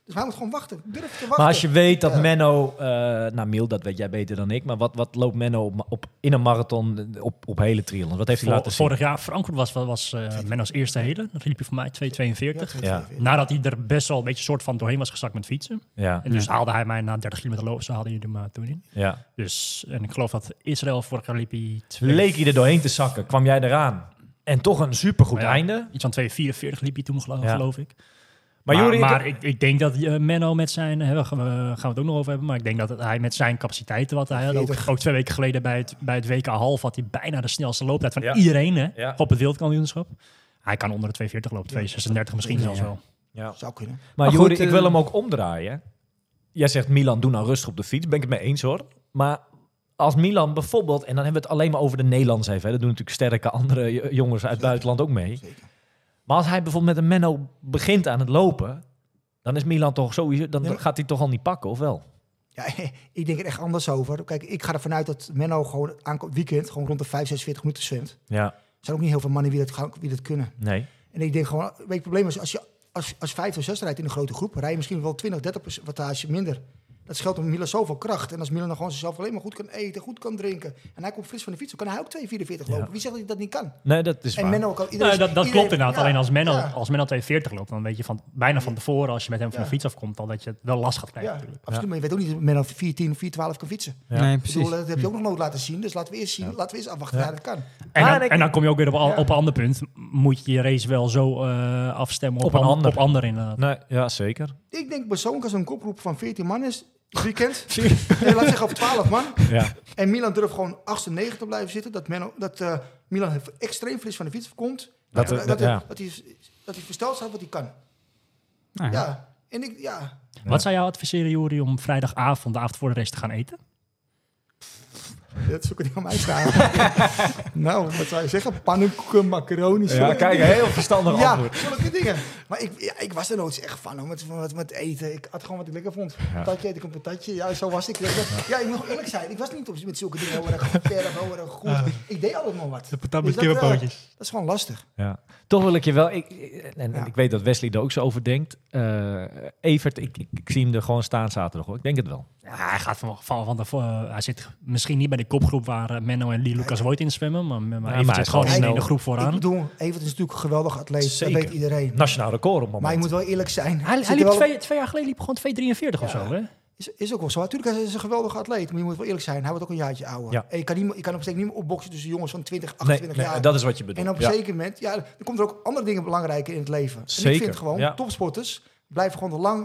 Dus hij moet gewoon wachten. Durf te wachten. Maar als je weet dat Ja. Menno... Uh, nou, Miel, dat weet jij beter dan ik. Maar wat, wat loopt Menno op, op, in een marathon op, op hele triathlon? Wat heeft hij Vor- laten zien? Vorig jaar Frankfurt was, was uh, Menno's eerste hele. Dat liep hij voor mij twee tweeënveertig. Ja. Nadat hij er best wel een beetje soort van doorheen was gezakt met fietsen. Ja. En dus haalde hij mij na dertig kilometer lopen. Zo haalde hij er maar toen in. Ja. Dus, en ik geloof dat Israël vorig jaar liep hij... twee- Leek hij er doorheen te zakken? Kwam jij eraan? En toch een supergoed Ja, einde. Iets van twee vierenveertig liep hij toen, geloof, Ja. geloof ik. Maar, Maar, Juri, ik- maar ik, ik denk dat uh, Menno met zijn... Hè, we gaan we het ook nog over hebben. Maar ik denk dat het, hij met zijn capaciteiten... wat hij had, ook, veertig. ook twee weken geleden bij het, bij het W K half... had hij bijna de snelste looptijd van Ja. iedereen hè, Ja. op het wereldkampioenschap. Hij kan onder de twee veertig lopen. twee zesendertig misschien Ja. zelfs wel. ja. Zou kunnen. Maar, Maar Juri, goed, ik eh, wil hem ook omdraaien. Jij zegt Milan, doe nou rustig op de fiets. Ben ik het mee eens hoor. Maar als Milan bijvoorbeeld... En dan hebben we het alleen maar over de Nederlanders even. Hè. Dat doen natuurlijk sterke andere j- jongens uit het buitenland ook mee. Zeker. Maar als hij bijvoorbeeld met een Menno begint aan het lopen... Dan is Milan toch sowieso... Dan Ja, maar- gaat hij toch al niet pakken, of wel? Ja, ik denk er echt anders over. Kijk, ik ga ervan uit dat Menno gewoon aankomend weekend... gewoon rond de vijf, zesenveertig minuten zwemt. Ja, Er zijn ook niet heel veel mannen die dat, gaan, die dat kunnen. nee. En ik denk gewoon... Weet je, het probleem is, als je als, als vijf of zes rijdt in een grote groep... rij je misschien wel twintig, dertig wattage minder. Dat scheelt om Milan zoveel kracht. En als Milan dan gewoon zichzelf alleen maar goed kan eten, goed kan drinken... en hij komt fris van de fiets, dan kan hij ook twee vierenveertig Ja. lopen. Wie zegt dat hij dat niet kan? Nee, dat is En waar. Menno kan... iedereen- Nee, dat dat iedereen- klopt inderdaad. ja, Alleen als Menno, ja. als Menno twee veertig loopt... dan weet je van, bijna van tevoren... als je met hem van Ja. de fiets afkomt... al dat je het wel last gaat krijgen Ja, natuurlijk. absoluut. Maar je weet ook niet dat Menno vier tien, vier twaalf kan fietsen. Ja. Nee, Ik precies. bedoel, dat heb je ook nog nooit laten zien. Dus laten we eerst zien, laten we eerst afwachten. Ja, dat kan. En Maar dan, ik- en dan kom je ook weer op, al- Ja. op een ander punt. Moet je je race wel zo uh, afstemmen op, Op een an- ander. op anderen inderdaad. Nee, ja, zeker. Ik denk persoonlijk als een kopgroep van veertien man is, het weekend, nee, laat zeggen of twaalf man, Ja. en Milan durft gewoon achtste, negende te blijven zitten, dat, Menno, dat uh, Milan extreem fris van de fiets komt, Dat, dat, eh, dat, dat- ja. dat, hij, dat hij versteld staat wat hij kan. Nou, Ja, ja. en ik, ja, Wat zou jou adviseren, Juri, om vrijdagavond, de avond voor de race te gaan eten? dat is ook niet aan mij staan. Nou, wat zou je zeggen? Pannenkoeken, macaroni. Ja, zulke kijk, dingen. heel verstandig Ja, antwoord. zulke dingen. Maar ik, ja, ik was er nooit echt van, hoor, met, met, met eten. Ik had gewoon wat ik lekker vond. Patatje, eet ik een patatje. Ja, zo was ik. Ja, ik moet eerlijk zijn. Ik was niet op, met zulke dingen heel erg ver of heel erg goed. Ik deed altijd maar wat. De patat Dus met dat, eh, kippenpootjes. Dat is gewoon lastig. Ja. Toch wil ik je wel... Ik, en en Ja. ik weet dat Wesley er ook zo over denkt. Uh, Evert, ik, ik, ik zie hem er gewoon staan zaterdag, hoor. Ik denk het wel. Ja, hij gaat van, van, van de, uh, hij zit misschien niet bij de kopgroep waar uh, Menno en Lee Lucas Voigt in zwemmen, maar, maar maar Evert hij zit is gewoon gewoon in, in snel. de groep Ik vooraan. bedoel, Evert is natuurlijk een geweldig atleet. Zeker. Dat weet iedereen. Nationaal record op het moment. Maar je moet wel eerlijk zijn. Hij, Zit hij er liep wel- twee, twee jaar geleden liep gewoon twee drieënveertig of Ja. zo, hè? Is, is ook wel zo. Natuurlijk is hij een geweldige atleet. Maar je moet wel eerlijk zijn. Hij wordt ook een jaartje ouder. Ja. En je kan, niet, je kan op een zeker niet meer opboksen tussen jongens van twintig, Nee, achtentwintig nee, jaar. dat is wat je bedoelt. En op een Ja. zeker moment, ja, dan komt er ook andere dingen belangrijker in het leven. En Zeker, ik vind gewoon, ja. topsporters blijven gewoon lang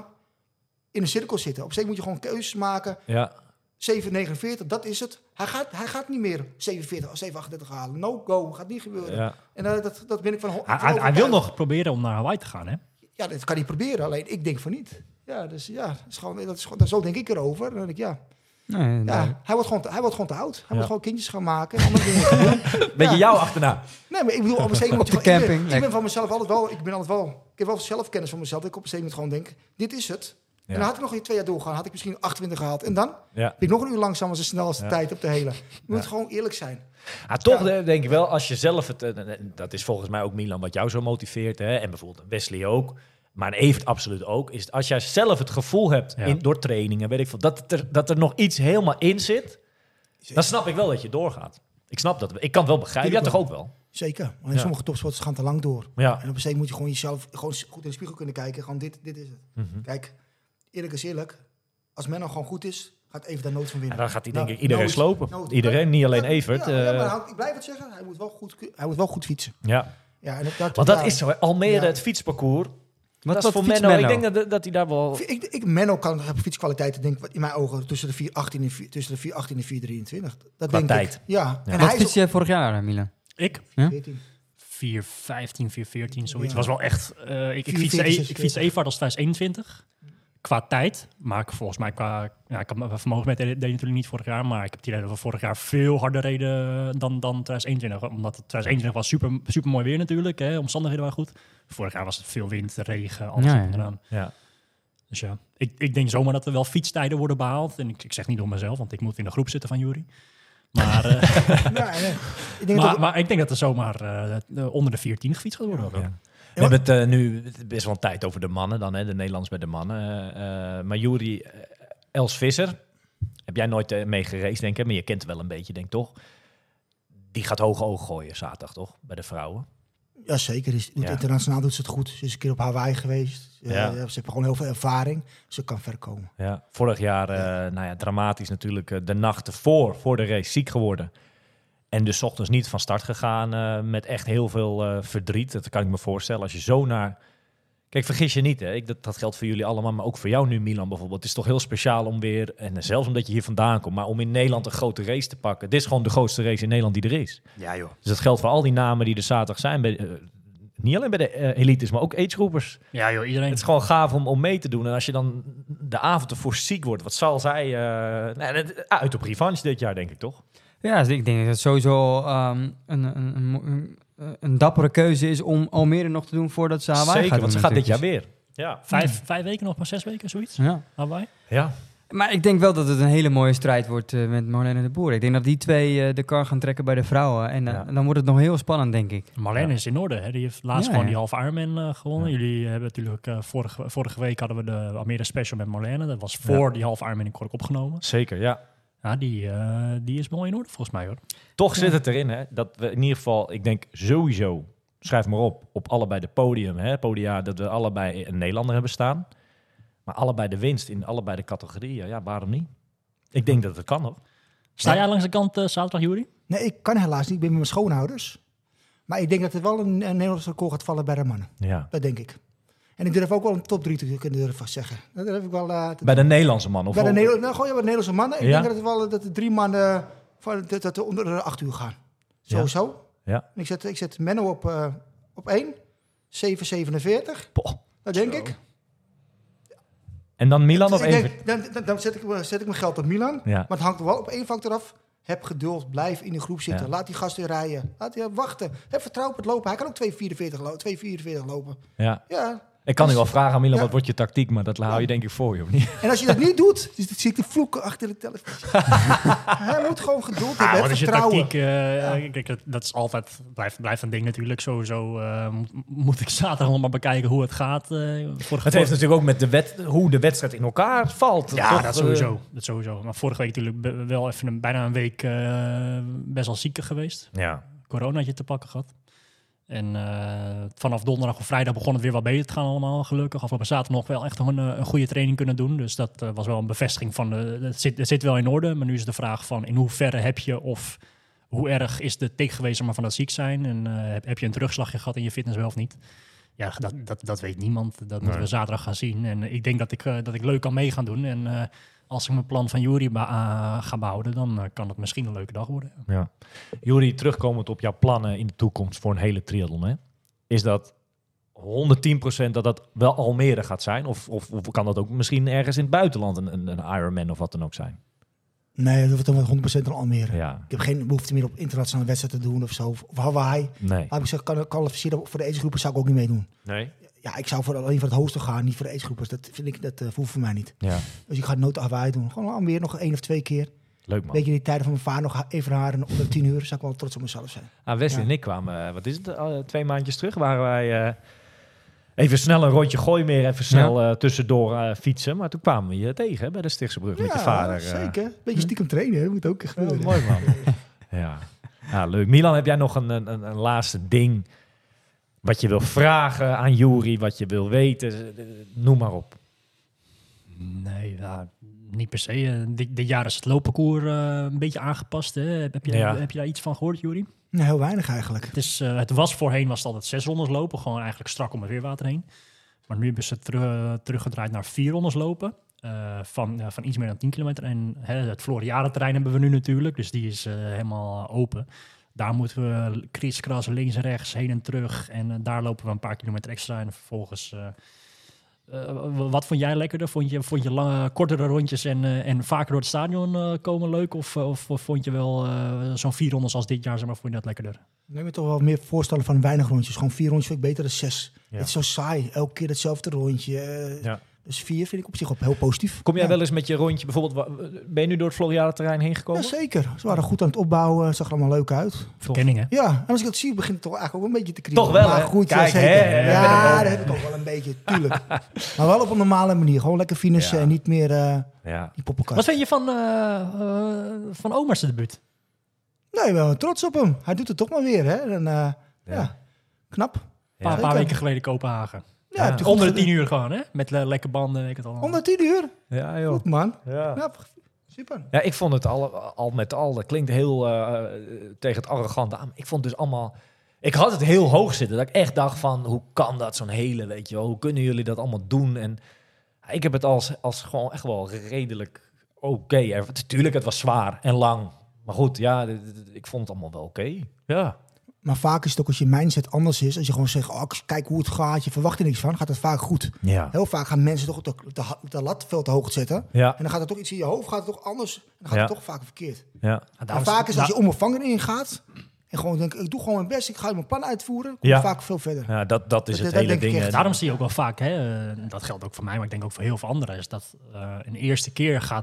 in een cirkel zitten. Op een zeker moment moet je gewoon keuzes maken. Ja. zeven negenenveertig, dat is het. Hij gaat, hij gaat niet meer zevenenveertig of zeven achtendertig halen. No go, gaat niet gebeuren. Ja. En uh, dat, dat ben ik van, ho- Hij, van hij, hij wil overtuigd. nog proberen om naar Hawaii te gaan, hè? Ja, dat kan hij proberen. Alleen ik denk van niet. Ja, dus ja, dat is gewoon, dat is gewoon, zo denk ik erover. Dan denk ik, ja, Nee, nee. ja hij, wordt gewoon te, hij wordt gewoon te oud. Hij Ja. moet gewoon kindjes gaan maken. En andere dingen gaan doen. Beetje Ja. jou achterna. Nee, maar ik bedoel, op een zeker moment... Op de ik ben- camping, Ik ben, lekker. van mezelf altijd wel... Ik ben altijd wel... Ik heb wel zelfkennis van mezelf. Dat ik op een zeker moment gewoon denk... Dit is het. Ja. En dan had ik nog in twee jaar doorgaan. Had ik misschien achtentwintig gehaald. En dan Ja. ben ik nog een uur langzaam als de snelste Ja. tijd op de hele. Je moet gewoon eerlijk zijn. Ah, toch Ja. eh, denk ik wel, als je zelf het... eh, eh, dat is volgens mij ook Milan wat jou zo motiveert. Hè? En bijvoorbeeld Wesley ook. Maar Evert absoluut ook. Is als jij zelf het gevoel hebt, Ja. in, door trainingen, weet ik veel, dat, het er, dat er nog iets helemaal in zit, dan snap ik wel dat je doorgaat. Ik snap dat. Ik kan het wel begrijpen. Ja, toch ook wel? Zeker. Alleen Ja. sommige topsporters gaan te lang door. Ja. En op een zeker moment moet je gewoon jezelf gewoon goed in de spiegel kunnen kijken. Gewoon dit, dit is het. Mhm. Kijk, eerlijk is eerlijk. Als men nou gewoon goed is, gaat Evert daar nooit van En winnen. dan gaat hij Nou, denk ik iedereen nooit, slopen. nooit. Iedereen, niet alleen Ja, Evert. Ja, ja, eh, maar hij- ik blijf het zeggen. Hij moet wel goed, hij moet wel goed fietsen. ja. Ja, en dat, dat, Want dat ja. is zo, hè. Almere, Ja. het fietsparcours. Wat, dat wat is voor fietst Menno. Ik Menno? denk dat, dat hij daar wel... Ik, ik, Menno kan op fietskwaliteiten, denk ik, in mijn ogen, tussen de vier achttien en vier- tussen de vier achttien en vier drieëntwintig. Dat Qua denk tijd. ik. Ja. Ja. En Wat hij is fiets jij vorig jaar, eh, Milan? Ik? veertien. vier vijftien, vier veertien, zoiets. Ja. was wel echt... Uh, ik, ik vier fietste veertien, e- ik fietste even hard als twintig eenentwintig. Qua tijd. Maar ik, volgens mij qua... Ja, ik had mijn vermogen met deed natuurlijk niet vorig jaar. Maar ik heb het idee dat we vorig jaar veel harder reden dan, dan twintig eenentwintig. Omdat het twintig eenentwintig was super, super mooi weer natuurlijk. Hè. Omstandigheden waren goed. Vorig jaar was het veel wind, regen, alles Ja, ja, ja. gedaan. Ja. Dus ja, ik, ik denk zomaar dat er wel fietstijden worden behaald. En ik, ik zeg niet door mezelf, want ik moet in de groep zitten van Juri. Maar, uh, Ja, nee. Ik denk maar, dat maar ik denk dat er zomaar uh, onder de vier tien gefietst gaat worden. ook. Ja. We hebben het uh, nu best wel een tijd over de mannen dan, hè, de Nederlands bij de mannen. Uh, maar Juri, uh, Els Visser, heb jij nooit uh, mee geraced, denk ik, maar je kent het wel een beetje, denk ik toch? Die gaat hoge ogen gooien zaterdag, toch? Bij de vrouwen. Jazeker, is, Ja. internationaal doet ze het goed. Ze is een keer op Hawaii geweest. Uh, Ja. Ze heeft gewoon heel veel ervaring. Ze kan ver komen. Ja, vorig jaar, uh, nou ja, dramatisch natuurlijk, uh, de nacht ervoor, voor de race, ziek geworden. En dus 's ochtends niet van start gegaan uh, met echt heel veel uh, verdriet. Dat kan ik me voorstellen. Als je zo naar... Kijk, vergis je niet, hè. Ik, dat, dat geldt voor jullie allemaal, maar ook voor jou nu, Milan bijvoorbeeld. Het is toch heel speciaal om weer, en zelfs omdat je hier vandaan komt, maar om in Nederland een grote race te pakken. Dit is gewoon de grootste race in Nederland die er is. Ja, joh. Dus dat geldt voor al die namen die er zaterdag zijn. Bij, uh, niet alleen bij de uh, elites, maar ook agegroepers. Ja joh, iedereen. Het is gewoon gaaf om, om mee te doen. En als je dan de avond ervoor ziek wordt, wat zal zij... Uh, nou, het- uit op revanche dit jaar, denk ik, toch? Ja, dus ik denk dat het sowieso um, een, een, een, een, een dappere keuze is om Almere nog te doen voordat ze Hawaii Zeker, gaat want doen ze gaat dit jaar natuurlijk. weer. Ja. Vijf, vijf weken nog, maar zes weken, zoiets. Ja. Hawaii. Ja. Maar ik denk wel dat het een hele mooie strijd wordt uh, met Marlene de Boer. Ik denk dat die twee uh, de kar gaan trekken bij de vrouwen. En uh, Ja. dan wordt het nog heel spannend, denk ik. Marlene Ja. is in orde. Hè? Die heeft laatst Ja, gewoon ja. die halve Ironman uh, gewonnen. Ja. Jullie hebben natuurlijk uh, vorige, vorige week hadden we de Almere Special met Marlene. Dat was voor Ja. die halve Ironman in Kork opgenomen. Zeker, ja. Ja, die, uh, die is wel in orde volgens mij hoor. Toch zit het erin, hè, dat we in ieder geval, ik denk sowieso, schrijf maar op, op allebei de podium, hè, podia, dat we allebei een Nederlander hebben staan. Maar allebei de winst in allebei de categorieën, ja, waarom niet? Ik denk dat het kan, hoor. Sta jij langs de kant uh, zaterdag, Juri? Nee, ik kan helaas niet. Ik ben met mijn schoonouders. Maar ik denk dat er wel een, een Nederlands record gaat vallen bij de mannen. Ja. Dat denk ik. En ik durf ook wel een top drie te kunnen durven zeggen. Dat durf ik wel... Uh, te Bij de Nederlandse man, of bij de wel- Nederlandse, nou, gewoon ja, bij de Nederlandse mannen. Ik Ja? denk dat het wel dat de drie mannen van, dat, dat er onder de acht uur gaan. Sowieso. Ja. En ik zet, ik zet Menno op, uh, op één. zeven zevenenveertig. Poh. Dat denk ik. En dan Milan of ik even? denk, dan dan, dan zet, ik, zet ik mijn geld op Milan. Ja. Maar het hangt er wel op één factor af. Heb geduld, blijf in de groep zitten. Ja. Laat die gasten rijden. Laat die wachten. Heb vertrouwen op het lopen. Hij kan ook twee vierenveertig lo- twee vierenveertig lopen. Ja. Ja. Ik kan nu wel vragen aan Milan, Ja. wat wordt je tactiek? Maar dat hou je Ja. denk ik voor je, of niet? En als je dat niet doet, dus dan zie ik de vloeken achter de televisie. Hij moet gewoon geduld hebben. Ah, heb wat is je vertrouwen. tactiek? Uh, kijk, dat, dat is altijd, blijft, blijft een ding natuurlijk. Sowieso uh, moet, moet ik zaterdag nog maar bekijken hoe het gaat. Uh, vorige Het heeft natuurlijk ook met de wet, hoe de wedstrijd in elkaar valt. Ja, toch? dat sowieso, dat sowieso. Maar vorige week natuurlijk be- wel even een, bijna een week uh, best wel ziek geweest. Ja. Coronaatje te pakken gehad. En uh, vanaf donderdag of vrijdag begon het weer wat beter te gaan allemaal, gelukkig. Afgelopen zaterdag nog wel echt een, een goede training kunnen doen. Dus dat uh, was wel een bevestiging van, de, het, zit, het zit wel in orde. Maar nu is de vraag van in hoeverre heb je of hoe erg is de tik geweest maar van dat ziek zijn? En uh, heb, heb je een terugslagje gehad in je fitness wel of niet? Ja, dat, dat, dat weet niemand. Dat moeten Nee. we zaterdag gaan zien. En ik denk dat ik, uh, dat ik leuk kan mee gaan doen. En uh, als ik mijn plan van Juri ba- uh, ga behouden, dan uh, kan het misschien een leuke dag worden. Ja. Juri, terugkomend op jouw plannen in de toekomst voor een hele triathlon, hè? Is dat honderdtien procent dat dat wel Almere gaat zijn? Of, of, of kan dat ook misschien ergens in het buitenland een, een, een Ironman of wat dan ook zijn? Nee, dat wordt dan wel honderd procent in Almere. Ja, Ik heb geen behoefte meer op internationale wedstrijden te doen of zo. Of Hawaii. nee. Maar ik zeg, kan kwalificeren voor de agegroepen zou ik ook niet meedoen. Nee? Ja, ik zou voor, alleen voor het hoogste gaan, niet voor de agegroepers. Dat vind ik, dat uh, hoeft voor mij niet. Ja, Dus ik ga het nooit Hawaii doen. Gewoon Almere nog één of twee keer. leuk man. Weet je, die tijden van mijn vader nog even haren onder tien uur. Zou ik wel trots op mezelf zijn. Ah, Wesley Ja. en ik kwamen, uh, wat is het, uh, twee maandjes terug waren wij uh, even snel een rondje gooi meer, even snel uh, tussendoor uh, fietsen. Maar toen kwamen we je tegen hè, bij de Stichtse Brug met je vader. Uh. zeker. Beetje stiekem trainen, dat moet ook echt Ja, gebeuren. mooi man. Ja. Ja, leuk. Milan, heb jij nog een, een, een laatste ding wat je wil vragen aan Juri, wat je wil weten? Noem maar op. Nee, ja, niet per se. Uh, dit, dit jaar is het loopparcours uh, een beetje aangepast. Hè? Heb, je, Ja. heb je daar iets van gehoord, Juri? Nou, heel weinig eigenlijk. Het, is, uh, het was voorheen was het altijd zes rondes lopen, gewoon eigenlijk strak om het weerwater heen. Maar nu hebben ze teru- teruggedraaid naar vier rondes lopen. Uh, van, uh, van iets meer dan tien kilometer. En hè, het Floriade-terrein hebben we nu natuurlijk, dus die is uh, helemaal open. Daar moeten we kriskras links en rechts, heen en terug. En uh, daar lopen we een paar kilometer extra. En vervolgens... Uh, Uh, wat vond jij lekkerder? Vond je, vond je lange, kortere rondjes en, uh, en vaker door het stadion uh, komen leuk? Of, of, of vond je wel uh, zo'n vier rondes als dit jaar, zeg maar, vond je dat lekkerder? Ik neem me toch wel meer voorstellen van weinig rondjes. Gewoon vier rondjes vind ik beter dan zes. Ja. Het is zo saai. Elke keer hetzelfde rondje. Uh, Ja. Dus vier vind ik op zich ook heel positief. Kom jij Ja. wel eens met je rondje, bijvoorbeeld, wa- ben je nu door het Floriade-terrein heen gekomen? Ja, zeker. Ze waren goed aan het opbouwen. Het zag er allemaal leuk uit. Verkenningen. Ja, en als ik dat zie, begint het toch eigenlijk ook een beetje te kriebelen. Toch wel, maar hè? goed, Kijk, ja, zeker. hè, hè, ja, hè. dat heb ik ook wel een beetje, tuurlijk. Maar wel op een normale manier. Gewoon lekker finishen Ja. en niet meer uh, Ja. die poppenkast. Wat vind je van, uh, uh, van Omer's debuut? Nee, wel trots op hem. Hij doet het toch maar weer, hè. En, uh, ja. ja, knap. Een paar, Ja. paar weken geleden Kopenhagen. Ja, heb je goed Onder de gedaan. tien uur gewoon, hè? Met uh, lekke banden, weet ik het al. Onder tien uur? Ja, joh. Goed, man. Ja. Knap. Super. Ja, ik vond het al, al met al, dat klinkt heel uh, tegen het arrogante aan. Ik vond het dus allemaal, ik had het heel hoog zitten. Dat ik echt dacht van, hoe kan dat zo'n hele, weet je wel, hoe kunnen jullie dat allemaal doen? En ik heb het als, als gewoon echt wel redelijk oké. Okay. Tuurlijk, het was zwaar en lang. Maar goed, ja, d- d- ik vond het allemaal wel oké. Okay. Ja. Maar vaak is het ook als je mindset anders is. Als je gewoon zegt, oh, kijk hoe het gaat, je verwacht er niks van, gaat het vaak goed. Ja. Heel vaak gaan mensen toch de, de, de lat veel te hoog zetten. Ja. En dan gaat er toch iets in je hoofd, gaat het toch anders. En dan gaat Ja. het toch vaak verkeerd. Ja. Maar vaak is als je onbevangen ingaat en gewoon denkt, ik doe gewoon mijn best, ik ga mijn plan uitvoeren, kom Ja. je vaak veel verder. Ja, dat, dat is Dat- het dat hele denk ik ding. echt. hè. Daarom zie je ook wel vaak, hè, uh, dat geldt ook voor mij, maar ik denk ook voor heel veel anderen, is dat uh, een eerste keer gaat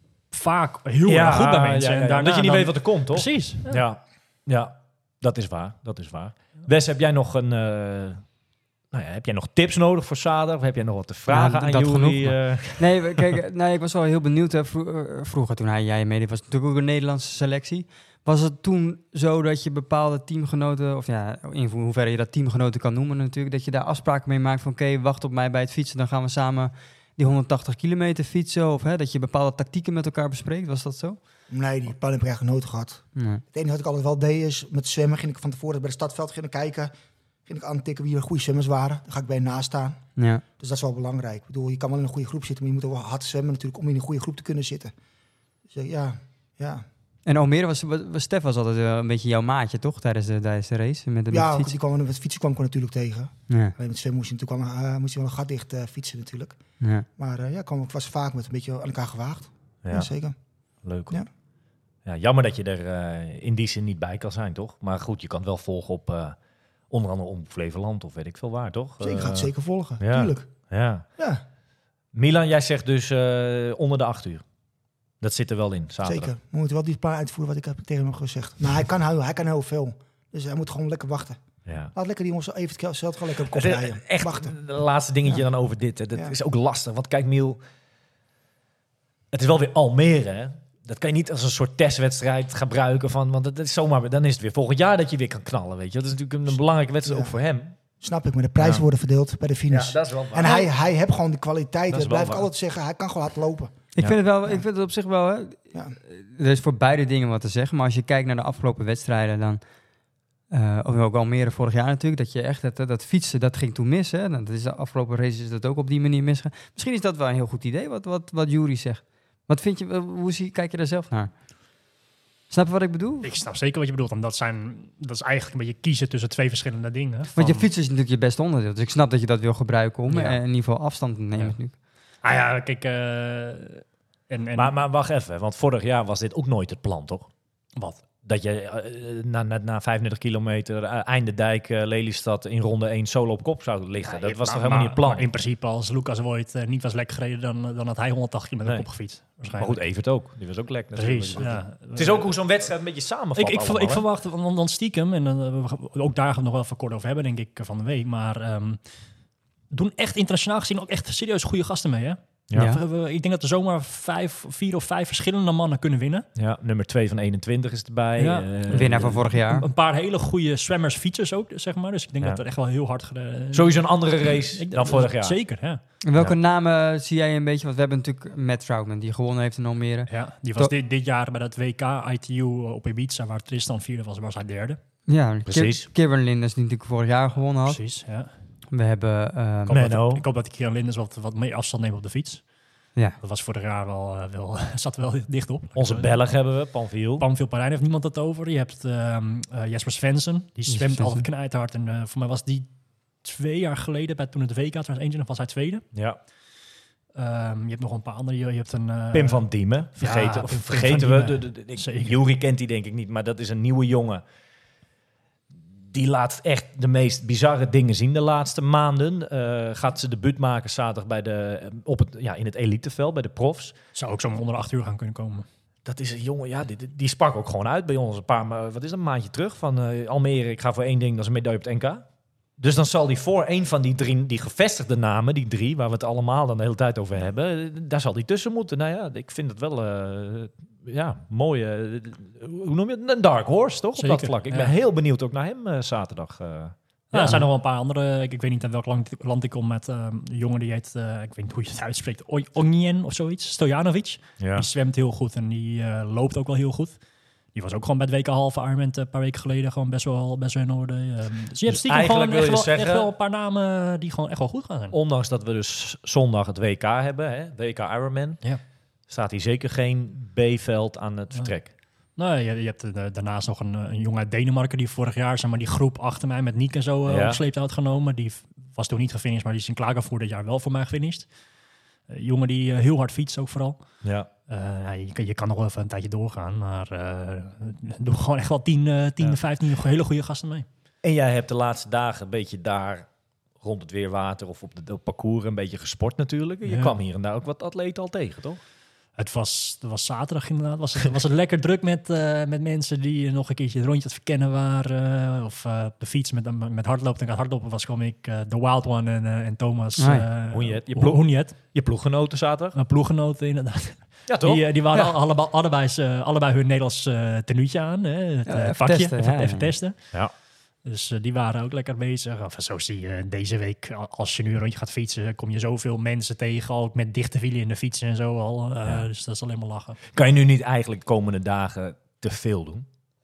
vaak heel Ja, erg goed bij mensen. ja, ja, En ja. daarna Dat je niet dan- weet wat er komt, toch? Precies. Ja. Ja, ja, dat is waar. Dat is waar. Wes, heb jij nog een, uh, nou ja, heb jij nog tips nodig voor Sader? Of heb jij nog wat te vragen Ja, aan dat jullie? genoeg, uh, Nee, we- kijk, nee, ik was wel heel benieuwd. Hè, vro- eh, vroeger, toen hij jij meedeed, was het natuurlijk ook een Nederlandse selectie. Was het toen zo dat je bepaalde teamgenoten, of ja, in ho- hoeverre je dat teamgenoten kan noemen natuurlijk, dat je daar afspraken mee maakt van oké, wacht op mij bij het fietsen, dan gaan we samen die honderdtachtig kilometer fietsen. Of hè, dat je bepaalde tactieken met elkaar bespreekt. Was dat zo? Nee, die plan heb ik eigenlijk nooit gehad. Nee. Het enige wat ik altijd wel deed is, met zwemmen ging ik van tevoren bij het stadveld ging ik kijken. Ging ik aantikken wie er goede zwemmers waren. Dan ga ik bij hen naast staan. Ja. Dus dat is wel belangrijk. Ik bedoel, je kan wel in een goede groep zitten, maar je moet ook wel hard zwemmen natuurlijk om in een goede groep te kunnen zitten. Dus eh, ja, ja. En Almere was, was, was Stef was altijd wel een beetje jouw maatje, toch? Tijdens de, tijdens de race met de, met Ja, de ook fiets. die kwam, met fietsen kwam ik er natuurlijk tegen. Ja. Alleen met zwemmen moest je natuurlijk wel, uh, moest je wel een gat dicht uh, fietsen natuurlijk. Ja. Maar uh, ja, kwam, ik was vaak met een beetje aan elkaar gewaagd. Ja, ja, zeker. leuk. Ja. Ja, jammer dat je er uh, in die zin niet bij kan zijn, toch? Maar goed, je kan het wel volgen op uh, onder andere om Flevoland of weet ik veel waar, toch? Zeker, Uh, gaat het zeker volgen. ja. Tuurlijk. Ja. Ja, Milan, jij zegt dus uh, onder de acht uur. Dat zit er wel in, zaterdag. zeker. We moeten wel die plan uitvoeren wat ik heb tegen hem gezegd. Maar hij kan, heel, hij kan heel veel. Dus hij moet gewoon lekker wachten. Ja. Laat lekker die jongens even zelf gewoon lekker op kop Het is rijden. echt Wachten. het laatste dingetje Ja. dan over dit. Hè. Dat Ja. is ook lastig. Want kijk, Miel, het is wel weer Almere. Hè. Dat kan je niet als een soort testwedstrijd gebruiken. Van, want het is zomaar, dan is het weer volgend jaar dat je weer kan knallen. Weet je. Dat is natuurlijk een, een belangrijke wedstrijd Ja. ook voor hem. Snap ik, maar de prijzen Ja. worden verdeeld bij de finish. dat is wel waar. En hij, hij heeft gewoon de kwaliteit. Dat is Dat wel blijf ik waar. altijd zeggen. Hij kan gewoon hard lopen. Ik, Ja. vind het wel, ik vind het op zich wel... Hè, Ja. er is voor beide dingen wat te zeggen. Maar als je kijkt naar de afgelopen wedstrijden, dan... Uh, of ook Almere vorig jaar natuurlijk, dat je echt... Dat, dat fietsen, dat ging toen mis. Hè? Dat is de afgelopen races is dat ook op die manier misgegaan. Misschien is dat wel een heel goed idee, wat, wat, wat Jury zegt. Wat vind je... Hoe zie, kijk je daar zelf naar? Snap je wat ik bedoel? Ik snap zeker wat je bedoelt. En dat, zijn, dat is eigenlijk een beetje kiezen tussen twee verschillende dingen. Want Van- je fietsen is natuurlijk je beste onderdeel. Dus ik snap dat je dat wil gebruiken om Ja. eh, in ieder geval afstand te nemen. Ja. natuurlijk. Ah ja, kijk... eh, en, en, Maar, maar wacht even, want vorig jaar was dit ook nooit het plan, toch? wat? Dat je uh, na, na, na vijfendertig kilometer uh, einde dijk, uh, Lelystad in ronde één solo op kop zou liggen. Ja, dat je- was maar- toch helemaal maar- niet het plan? maar in principe, als Lucas Voigt uh, niet was lek gereden, dan, dan had hij honderdtachtig kilometer Nee. op gefietst. Maar Waarschijnlijk. goed, Evert ook. Die was ook lekker. Precies. natuurlijk. Ja. Het is ook hoe zo'n wedstrijd een beetje samenvat. Ik, ik, ver- allemaal, ik hè? verwacht, dan, dan stiekem, en dan, uh, we- ook daar gaan we het nog wel even kort over hebben, denk ik, van de week. Maar um, doen echt internationaal gezien ook echt serieus goede gasten mee, hè? Ja. Ja. We- we- ik denk dat er zomaar vijf, vier of vijf verschillende mannen kunnen winnen. Ja, nummer twee van eenentwintig is erbij. Ja. Uh, Winnaar van vorig jaar. Een, een paar hele goede zwemmers, fietsers ook, zeg maar. Dus ik denk Ja. dat er echt wel heel hard... gede- Sowieso een andere race Ik- dan vorig jaar. Zeker, ja. En welke Ja. namen zie jij een beetje? Want we hebben natuurlijk Matt Troutman, die gewonnen heeft in Almere. ja die was To- dit, dit jaar bij dat W K I T U op Ibiza, waar Tristan vierde was, was hij derde. Ja, Precies. Ki- Kieran Linders, die natuurlijk vorig jaar gewonnen had. Precies, ja. We hebben... ehm, Ik hoop, Menno. dat, ik hoop dat die Kieran Linders wat, wat meer afstand neemt op de fiets. ja. Dat was vorig jaar wel, uh, wel zat er wel dicht op. Onze Belg hebben we, Panviel. Pamphil Parijn heeft niemand het over. Je hebt um, uh, Jesper Svensson, die zwemt Svensson. altijd knijthard. En uh, voor mij was die twee jaar geleden, bij toen het W K twintig eenentwintig was hij tweede. Ja. Um, je hebt nog een paar andere. Je hebt een uh, Pim van Diemen. Vergeten, Ja, of Pim- Pim vergeten van we. De, Diemen. de, de, ik- Zeker. Jury kent die denk ik niet, maar dat is een nieuwe jongen. die laat echt de meest bizarre dingen zien de laatste maanden. Uh, gaat ze debuut maken zaterdag bij de, op het, ja, in het eliteveld, bij de profs. Zou ook zo onder acht uur gaan kunnen komen. Dat is een jongen, ja, die, die sprak ook gewoon uit bij ons een paar, wat is dat, een maandje terug. Van uh, Almere, ik ga voor één ding, dat is een medaille op het N K. Dus dan zal hij voor een van die drie, die gevestigde namen, die drie, waar we het allemaal dan de hele tijd over hebben, daar zal hij tussen moeten. Nou ja, ik vind het wel, uh, ja, mooi, uh, hoe noem je het? Een dark horse, toch? Zeker, op dat vlak. Ik ja. ben heel benieuwd ook naar hem uh, zaterdag. Uh, Ja, ja, er zijn nog wel een paar andere. Ik, ik weet niet uit welk land, land ik kom met uh, een jongen die heet, uh, ik weet niet hoe je het uitspreekt, Onjen of zoiets, Stojanovic. Ja. Die zwemt heel goed en die uh, loopt ook wel heel goed. Die was ook gewoon bij het W K halve Ironman een paar weken geleden gewoon best wel, best wel in orde. Um, dus je hebt stiekem gewoon eigenlijk wil echt je wel, zeggen- echt wel een paar namen die gewoon echt wel goed gaan zijn. Ondanks dat we dus zondag het W K hebben, hè, W K Ironman, Ja. staat hij zeker geen B-veld aan het vertrek. Nou, je, je hebt uh, daarnaast nog een, een jongen uit Denemarken die vorig jaar zeg maar, die groep achter mij met Niek en zo uh, Ja. op sleeptouw had genomen. Die v- was toen niet gefinished, maar die is in Klagenvoort dit jaar wel voor mij gefinished. Uh, jongen die uh, heel hard fietst ook vooral. Ja. Uh, ja, je, kan- je kan nog wel even een tijdje doorgaan, maar uh, doe gewoon echt wel tien, uh, tien Ja. vijftien hele goede gasten mee. En jij hebt de laatste dagen een beetje daar rond het weerwater of op het parcours een beetje gesport natuurlijk. Je Ja. kwam hier en daar ook wat atleten al tegen, toch? Het was, het was zaterdag inderdaad. Was het, was het lekker druk met, uh, met mensen die uh, nog een keertje het rondje aan het verkennen waren. Uh, of uh, op de fiets met, met hardlopen. En aan het hardlopen was kwam ik, uh, de Wild One en, uh, en Thomas. Ah, Uh, ja. Hoenjet, je Ho- ploeg- Hoenjet. Je ploeggenoten zaterdag? Een ploeggenoten inderdaad. Ja, toch? Die, uh, die waren Ja. al- allebei, allebei, uh, allebei hun Nederlands uh, tenuutje aan. Hè, het Ja, uh, even pakje. testen, even, ja, even ja. testen. Ja. Dus uh, die waren ook lekker bezig. Of, zo zie je deze week, a- als je nu een rondje gaat fietsen, kom je zoveel mensen tegen. Ook met dichte wielen in de fietsen en zo al. Uh, Ja. Dus dat is alleen maar lachen. Kan je nu niet eigenlijk de komende dagen te veel doen?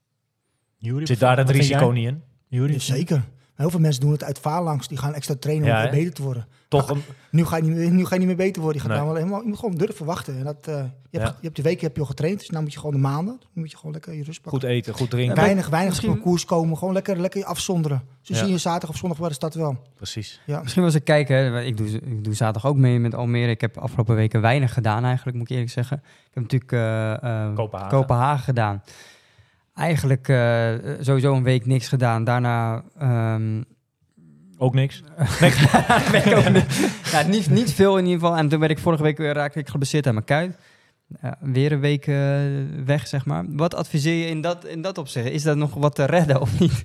Jury, Zit daar het wat vind risico jij? niet in? Jury? Ja, zeker. Maar heel veel mensen doen het uit phalanx. Die gaan extra trainen om Ja, weer hè? beter te worden. Toch een, Nu ga je niet meer, nu ga je niet meer beter worden. Je, gaat Nee. nou wel helemaal, je moet gewoon durven wachten. En dat, uh, je, hebt, Ja. je hebt de week heb je al getraind, dus nu moet je gewoon de maanden. Nu moet je gewoon lekker je rust pakken. goed eten, goed drinken. Weinig, weinig Misschien- op koers komen. Gewoon lekker, lekker je afzonderen. Zo Ja. zie je zaterdag of zondag wel de stad wel. Precies. Ja. Misschien was ik kijken, hè, ik doe, ik doe zaterdag ook mee met Almere. Ik heb afgelopen weken weinig gedaan eigenlijk, moet ik eerlijk zeggen. Ik heb natuurlijk uh, uh, Kopenhagen. Kopenhagen gedaan. Eigenlijk uh, sowieso een week niks gedaan. Daarna... Um, Ook niks? ben ik ook niet, ja, niet, niet veel in ieder geval. En toen werd ik vorige week weer raakte ik geblesseerd aan mijn kuit. Uh, weer een week uh, weg, zeg maar. Wat adviseer je in dat, in dat opzicht? Is dat nog wat te redden of niet?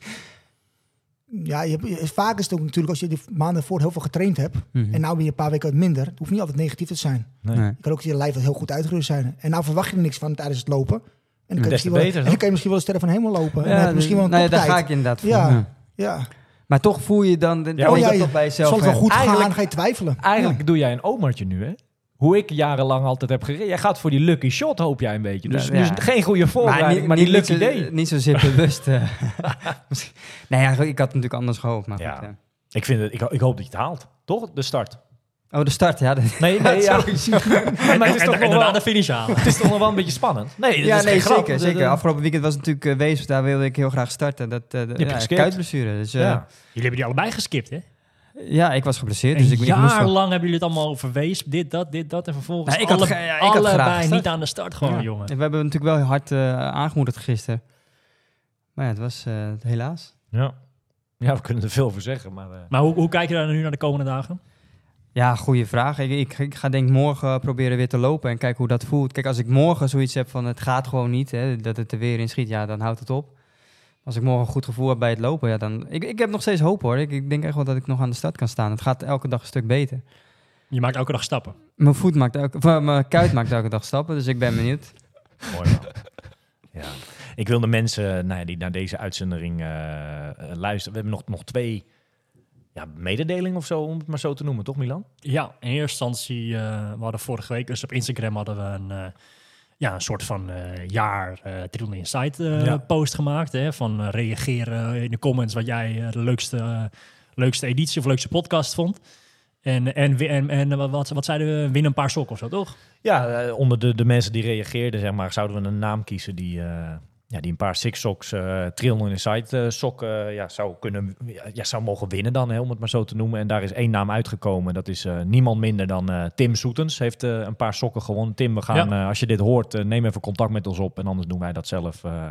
Ja, je, hebt- je- vaak is het ook natuurlijk als je die maanden voor heel veel getraind hebt. Mm-hmm. En nou ben je een paar weken wat minder. Het hoeft niet altijd negatief te zijn. Nee. Nee. Je kan ook je lijf wat heel goed uitgerust zijn. En nou verwacht je er niks van tijdens het lopen. En dan kan je, Des misschien te wel, beter, en toch? dan kan je misschien wel de sterren van de hemel lopen. en dan heb je misschien wel een nou ja, daar toptijd. ga ik inderdaad voor. Ja. Ja. Ja, Maar toch voel je dan... Ja, Ja, oh je ja, dat ja. toch bij jezelf. zal het wel hè? goed Eigenlijk- gaan, ga je twijfelen. Eigenlijk doe jij een omertje nu, hè? Hoe ik jarenlang altijd heb gereden. Jij gaat voor die lucky shot, hoop jij een beetje. Dus, Ja, dus ja. geen goede voorbereiding, maar, die niet lucky zo, day. Niet zozeer bewust. eh. Misschien- nee, ja, ik had natuurlijk anders gehoopt. Maar Ja. goed, ja. Ik, vind het, ik, ik hoop dat je het haalt. Toch? De start. Oh, de start, ja. dat- Nee, nee, ja. Sowieso. Nee, maar het is en, toch en nog daarna wel, de finish halen. het is toch nog wel een beetje spannend. Nee, dat Ja, is nee, geen grap. zeker. De- zeker. de- Afgelopen weekend was natuurlijk uh, Weesp. Daar wilde ik heel graag starten. Dat, uh, de, je ja, geskipt. kuitblessure. Dus uh, ja. ja. Jullie hebben die allebei geskipt, hè? ik was geblesseerd. Een Dus ik, ik moest jaar wel- lang hebben jullie het allemaal over Weesp. Dit, dat, dit, dat. En vervolgens Ja, ik had alle, ge- ja, ik had graag allebei gestart. niet aan de start gewoon, Ja. jongen. We hebben natuurlijk wel hard uh, aangemoedigd gisteren. Maar ja, het was uh, helaas. Ja. ja, we kunnen er veel voor zeggen. Maar, uh, Maar hoe, hoe kijk je daar nu naar de komende dagen? Ja, goede vraag. Ik, ik, ik ga denk ik morgen proberen weer te lopen en kijken hoe dat voelt. Kijk, als ik morgen zoiets heb van het gaat gewoon niet, hè, dat het er weer in schiet, ja, dan houdt het op. Als ik morgen een goed gevoel heb bij het lopen, ja, dan... Ik, ik heb nog steeds hoop, hoor. Ik, ik denk echt wel dat ik nog aan de start kan staan. Het gaat elke dag een stuk beter. Je maakt elke dag stappen. Mijn voet maakt elke... of, uh, mijn kuit maakt elke dag stappen, dus ik ben benieuwd. mooi man. Ja. Ik wil de mensen nou ja, die naar deze uitzending uh, luisteren. We hebben nog, nog twee ja, mededelingen of zo, om het maar zo te noemen. Toch, Milan? Ja, in eerste instantie, uh, we hadden vorige week, dus op Instagram hadden we een, uh, ja, een soort van uh, jaar uh, Triathlon Insight uh, Ja. post gemaakt. Hè, van uh, reageren in de comments wat jij uh, de leukste, uh, leukste editie of leukste podcast vond. En, en, en, en wat, wat zeiden we? Win een paar sokken of zo, toch? Ja, uh, onder de, de mensen die reageerden, zeg maar, zouden we een naam kiezen die, uh, ja, die een paar Six Socks uh, Triathlon Insight uh, sokken uh, ja, zou kunnen, ja, zou mogen winnen dan, hè, om het maar zo te noemen. En daar is één naam uitgekomen. Dat is uh, niemand minder dan uh, Tim Soetens. Heeft uh, een paar sokken gewonnen. Tim, we gaan, Ja. uh, als je dit hoort, uh, neem even contact met ons op. En anders doen wij dat zelf uh,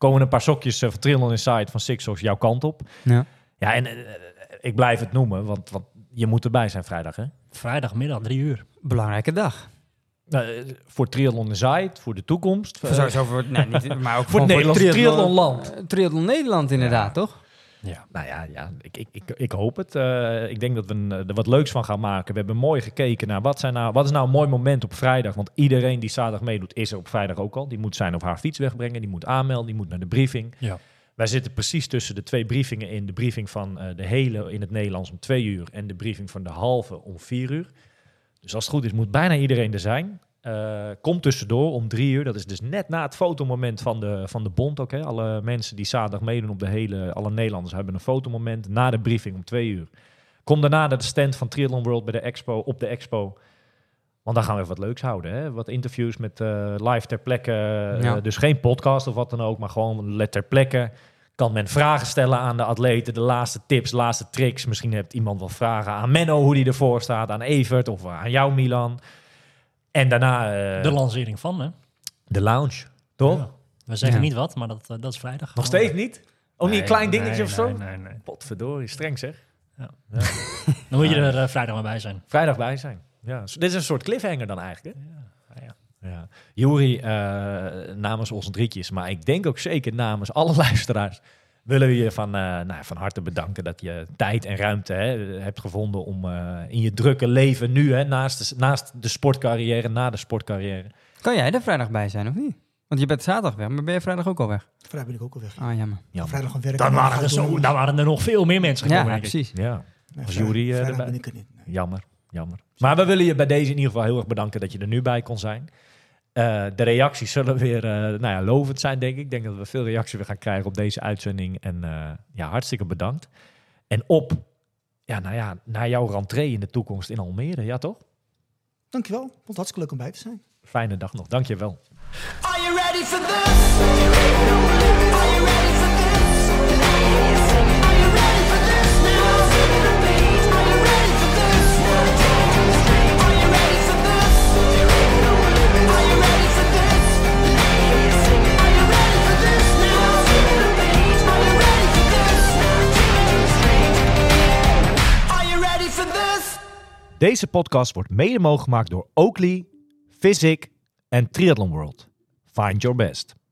komen een paar sokjes uh, van Triathlon Inside van Sixos jouw kant op. Ja. Ja, en uh, ik blijf het noemen, want, want je moet erbij zijn vrijdag, hè? Vrijdagmiddag, drie uur. Belangrijke dag. Uh, voor Triathlon Inside, voor de toekomst. Voor sowieso voor, nee, niet, maar ook voor het Nederlandse triathlonland. Uh, triathlon Nederland inderdaad, Ja. toch? Ja, nou ja, ja ik, ik, ik, ik hoop het. Uh, ik denk dat we een, er wat leuks van gaan maken. We hebben mooi gekeken naar wat, zijn nou, wat is nou een mooi moment op vrijdag. Want iedereen die zaterdag meedoet, is er op vrijdag ook al. Die moet zijn of haar fiets wegbrengen, die moet aanmelden, die moet naar de briefing. Ja. Wij zitten precies tussen de twee briefingen in. De briefing van uh, de hele in het Nederlands om twee uur en de briefing van de halve om vier uur. Dus als het goed is, moet bijna iedereen er zijn. Uh, kom tussendoor om drie uur. Dat is dus net na het fotomoment van de, van de bond ook. Hè. Alle mensen die zaterdag meedoen op de hele... Alle Nederlanders hebben een fotomoment na de briefing om twee uur. Kom daarna naar de stand van Triathlon World bij de expo, op de expo. Want dan gaan we even wat leuks houden. Hè. Wat interviews met uh, live ter plekke. Uh, Ja. Dus geen podcast of wat dan ook, maar gewoon let ter plekke. Kan men vragen stellen aan de atleten, de laatste tips, laatste tricks. Misschien heeft iemand wel vragen aan Menno, hoe die ervoor staat. Aan Evert of aan jou, Milan. En daarna... Uh, De lancering van, hè? de lounge, toch? Ja. We zeggen Ja. niet wat, maar dat, uh, dat is vrijdag. Nog steeds niet? Ook niet een klein dingetje nee, of zo? Nee, nee, nee. Potverdorie, streng zeg. Dan moet je er uh, vrijdag maar bij zijn. Vrijdag bij zijn. Ja, so- dit is een soort cliffhanger dan eigenlijk, hè? Ja. Ja. Juri, uh, namens ons drietjes, maar ik denk ook zeker namens alle luisteraars, willen we je van, uh, nou, van harte bedanken dat je tijd en ruimte hè, hebt gevonden om uh, in je drukke leven nu, hè, naast, de, naast de sportcarrière, na de sportcarrière. Kan jij er vrijdag bij zijn of niet? Want je bent zaterdag weg, maar ben je vrijdag ook al weg? Vrijdag ben ik ook al weg. Ah, jammer. Jammer. Vrijdag gaan werken. Dan en waren, gaan er zo, doen. dan waren er nog veel meer mensen Ja, gekomen, denk ik. precies. Ja, Nee, als vrijdag- Juri, uh, vrijdag erbij. ben ik er niet. Nee. jammer, jammer. Maar we willen je bij deze in ieder geval heel erg bedanken dat je er nu bij kon zijn. Uh, de reacties zullen weer uh, nou ja, lovend zijn, denk ik. Ik denk dat we veel reacties weer gaan krijgen op deze uitzending. En uh, ja, hartstikke bedankt. En op, ja, nou ja, naar jouw rentree in de toekomst in Almere, ja toch? Dankjewel. Vond het hartstikke leuk om bij te zijn. Fijne dag nog, dank je wel. Are you ready for this? Are you ready for this? Are you ready for this now? Are you ready for this? Are you ready for this? Are you ready for this? Are you ready for this now? Are you ready for this? Are you ready for this? Deze podcast wordt mede mogelijk gemaakt door Oakley, Physic en Triathlon World. Find your best.